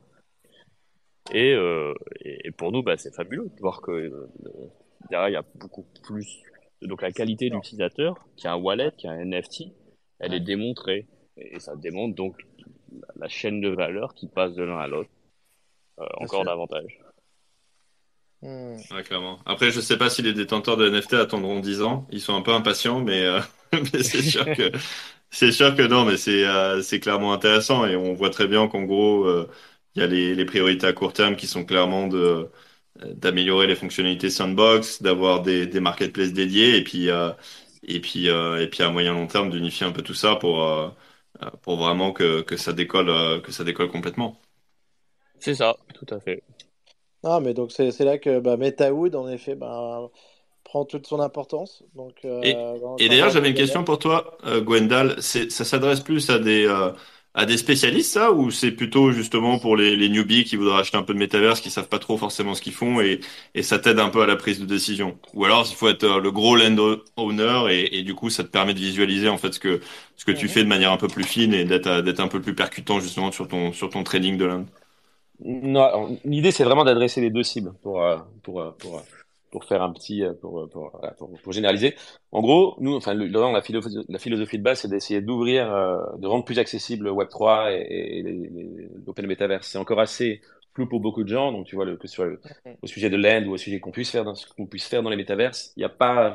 Et pour nous, c'est fabuleux de voir que derrière, il y a beaucoup plus. Donc la qualité non, d'utilisateur, qui a un ouais, wallet, qui a un NFT, elle est ouais, démontrée. Et ça démontre donc la chaîne de valeur qui passe de l'un à l'autre bien encore sûr. davantage. Hmm. Ouais, clairement. Après, je sais pas si les détenteurs de NFT attendront 10 ans. Ils sont un peu impatients, mais, mais c'est sûr que non, mais c'est clairement intéressant et on voit très bien qu'en gros, il y a les priorités à court terme qui sont clairement d'améliorer les fonctionnalités sandbox, d'avoir des marketplaces dédiés et puis à moyen long terme d'unifier un peu tout ça pour vraiment que ça décolle complètement. C'est ça, tout à fait. Ah, mais donc c'est là que MetaWood, en effet, prend toute son importance donc, Et, dans le et d'ailleurs, changement de j'avais une modèle. question pour toi, Gwendal. Ça s'adresse plus à des spécialistes, ça, ou c'est plutôt justement pour les newbies qui voudraient acheter un peu de métaverse, qui savent pas trop forcément ce qu'ils font et ça t'aide un peu à la prise de décision? Ou alors, il faut être le gros landowner et du coup, ça te permet de visualiser en fait ce que tu Mhm. fais de manière un peu plus fine et d'être un peu plus percutant justement sur ton trading de land. Non, alors, l'idée, c'est vraiment d'adresser les deux cibles pour faire un petit, voilà, pour généraliser. En gros, nous, enfin, la philosophie de base, c'est d'essayer d'ouvrir, de rendre plus accessible Web3 et l'open metaverse. C'est encore assez flou pour beaucoup de gens. Donc, tu vois, que ce soit Mhm. au sujet de l'end ou au sujet qu'on puisse faire dans les métaverses, il n'y a pas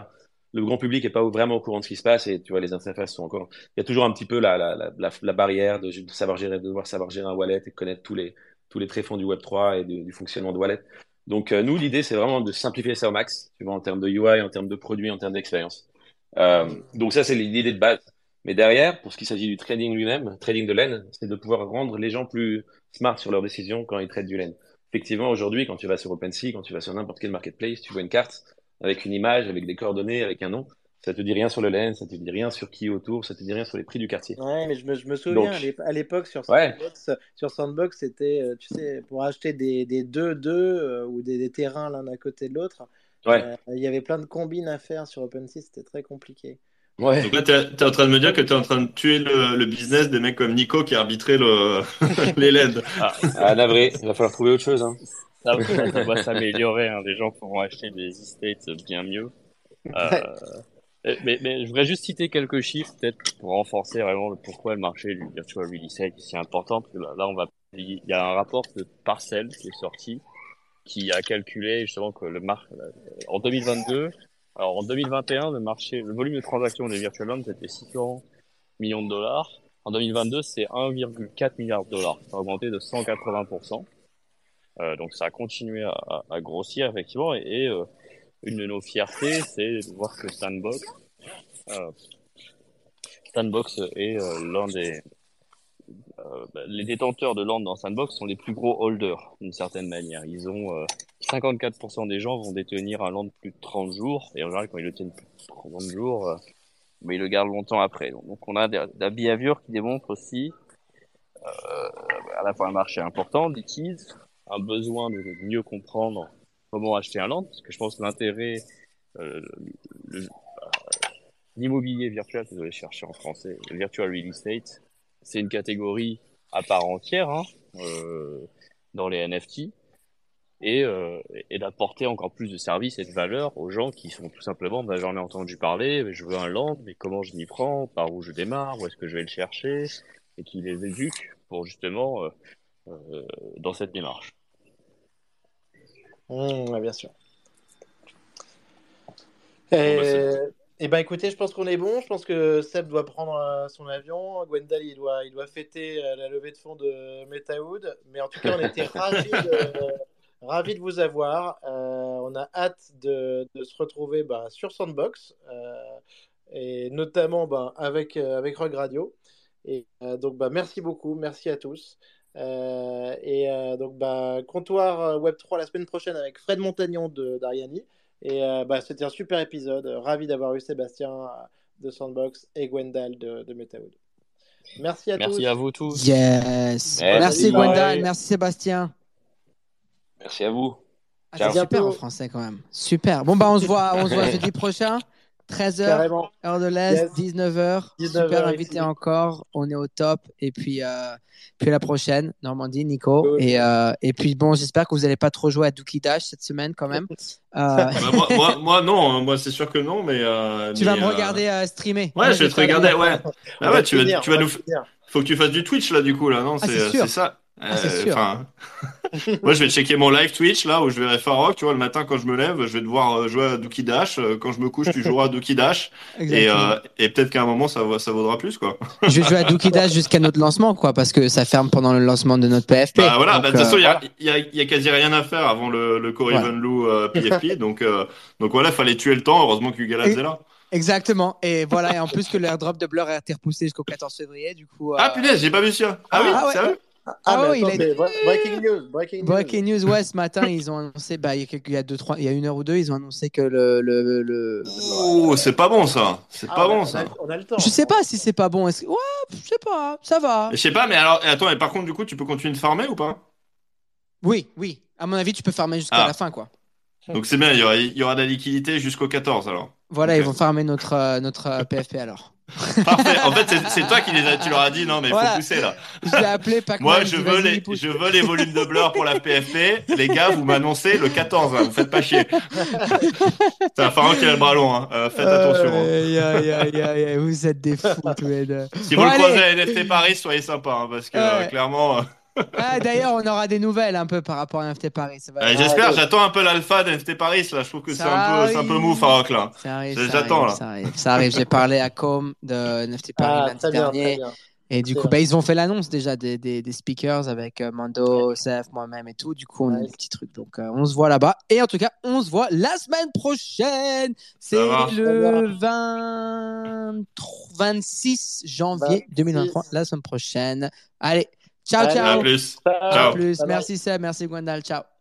le grand public est pas vraiment au courant de ce qui se passe et tu vois, les interfaces sont encore. Il y a toujours un petit peu la barrière de savoir gérer, de devoir savoir gérer un wallet et de connaître tous les tréfonds du Web3 et du fonctionnement de wallet. Donc, nous, l'idée, c'est vraiment de simplifier ça au max, tu vois, en termes de UI, en termes de produits, en termes d'expérience. Donc ça, c'est l'idée de base. Mais derrière, pour ce qui s'agit du trading lui-même, trading de laine, c'est de pouvoir rendre les gens plus smart sur leurs décisions quand ils traitent du laine. Effectivement, aujourd'hui, quand tu vas sur OpenSea, quand tu vas sur n'importe quel marketplace, tu vois une carte avec une image, avec des coordonnées, avec un nom. Ça te dit rien sur le laine, ça te dit rien sur qui est autour, ça te dit rien sur les prix du quartier. Ouais, mais je me souviens Donc, à l'époque ouais, Sur Sandbox, c'était, tu sais, pour acheter des 2-2 ou des terrains l'un à côté de l'autre, ouais, il y avait plein de combines à faire sur OpenSea, c'était très compliqué. Donc ouais. là, t'es en train de me dire que t'es en train de tuer le business des mecs comme Nico qui arbitrait les LED. Ah, Ah, navré, il va falloir trouver autre chose, hein. ça va s'améliorer, hein. Les gens pourront acheter des estates bien mieux. Ouais. Mais je voudrais juste citer quelques chiffres, peut-être pour renforcer vraiment le pourquoi le marché du virtual real estate est si important. Parce que il y a un rapport de Parcel qui est sorti, qui a calculé justement que en 2022, alors en 2021, le volume de transactions des virtual loans était 600 millions de dollars. En 2022, c'est 1,4 milliard de dollars. Ça a augmenté de 180%. Donc ça a continué à grossir effectivement et une de nos fiertés, c'est de voir que euh, Sandbox est l'un des les détenteurs de land dans Sandbox sont les plus gros holders d'une certaine manière. Ils ont 54% des gens vont détenir un land de plus de 30 jours et en général quand ils le tiennent plus de 30 jours, mais ils le gardent longtemps après. Donc on a des behavior qui démontre aussi à la fois un marché important, liquide, un besoin de mieux comprendre comment acheter un land, parce que je pense que l'intérêt euh, le- l'immobilier virtuel, désolé, je chercher en français, le virtual real estate, c'est une catégorie à part entière hein, euh, dans les NFT et d'apporter encore plus de services et de valeur aux gens qui sont tout simplement, bah, j'en ai entendu parler, mais je veux un land, mais comment je m'y prends, par où je démarre, où est-ce que je vais le chercher, et qui les éduque pour justement dans cette démarche. Ouais, bien sûr. Bon, bah, c'est... Et ben écoutez, je pense qu'on est bon. Je pense que Seb doit prendre son avion. Gwendal, il doit fêter la levée de fonds de MetaWood. Mais en tout cas, on était ravis de vous avoir. On a hâte de se retrouver bah, sur Sandbox et notamment bah, avec Rogue Radio. Et donc, bah, merci beaucoup. Merci à tous. Donc, bah, comptoir Web3 la semaine prochaine avec Fred Montagnon d'Ariani. Et bah, c'était un super épisode. Ravi d'avoir eu Sébastien de Sandbox et Gwendal de MetaWood. Merci à Merci tous. à vous tous. Yes. Merci. Merci Salut, Gwendal, bye. merci Sébastien. Merci à vous. Ah, Ciao. c'est super en bientôt. français quand même. Super. Bon bah on se voit jeudi prochain, 13h, Carrément. heure de l'Est, Yes. 19h. 19h Super invité ici. encore. On est au top. Et puis la prochaine, Normandie, Nico. Cool. Et puis bon, j'espère que vous n'allez pas trop jouer à Dookie Dash cette semaine quand même. Bah, moi, non, hein. Moi, c'est sûr que non, mais, Tu vas me regarder streamer. Ouais, Moi, je vais te faire la regarder, même. ouais. On Ah va ouais, te finir, tu on vas va nous. te finir. Faut que tu fasses du Twitch là, du coup, là, non? Ah, c'est sûr. C'est ça. Ah, c'est sûr. Enfin, moi, je vais checker mon live Twitch là où je verrai Farok. Tu vois, le matin quand je me lève, je vais devoir jouer à Dookie Dash. Quand je me couche, tu joueras à Dookie Dash. Exactement. Et peut-être qu'à un moment, ça vaudra plus, quoi. Je vais jouer à Dookie Dash jusqu'à notre lancement, quoi, parce que ça ferme pendant le lancement de notre PFP. Bah voilà, Donc, bah, de toute façon, voilà. il y a quasi rien à faire avant le Core Voilà. Evenloo PFP. Donc voilà, fallait tuer le temps. Heureusement que Galatz est là. Exactement. Et voilà. Et en plus que l'airdrop de Blur a été repoussé jusqu'au 14 février, du coup. Ah punaise, j'ai pas vu ça. Ah oui, Ah ouais. sérieux? Ah, mais ouais, attends, c'est breaking news. Breaking news, ouais, ce matin, ils ont annoncé, bah, il y a une heure ou deux, ils ont annoncé que Oh, c'est pas bon ça. C'est Ah, pas bon ça. on a le temps. Je sais pas si c'est pas bon. Ouais, je sais pas, ça va. Je sais pas, mais alors, attends, et par contre, du coup, tu peux continuer de farmer ou pas? Oui. À mon avis, tu peux farmer jusqu'à Ah. la fin, quoi. Donc c'est bien, il y aura de la liquidité jusqu'au 14 alors. Voilà, Ok. ils vont farmer notre PFP alors. Parfait. En fait, c'est toi tu leur as dit non, mais il Voilà. faut pousser là. Je l'ai appelé Pac-Man. Moi, je dis, vas-y, pousse. je veux les volumes de Blur pour la PFP. Les gars, vous m'annoncez le 14, hein, vous faites pas chier. C'est un pharaon qui a le bras long, hein. Faites attention. Hein. Vous êtes des fous tous les deux. Si Bon, vous le allez. croisez à NFT Paris, soyez sympa, hein, parce que Ouais. clairement. Ah, d'ailleurs, on aura des nouvelles un peu par rapport à NFT Paris. Ça va. J'espère, Ah, j'attends un peu l'alpha d'NFT Paris là. Je trouve que Ça c'est un peu arrive. mou, Farok là. Ça arrive, J'attends là. ça arrive. J'ai parlé à Com de NFT Paris lundi très dernier. bien. Et du C'est coup, vrai. ils ont fait l'annonce déjà des speakers avec Mando, Seth, moi-même et tout. Du coup, on a Nice. des petits trucs. Donc, on se voit là-bas. Et en tout cas, on se voit la semaine prochaine. C'est marche. le 26 janvier 2023, la semaine prochaine. Allez, ciao, Allez, À ciao. plus. ciao. À Ciao. plus. Bye bye. Merci Seb, merci Gwendal. Ciao.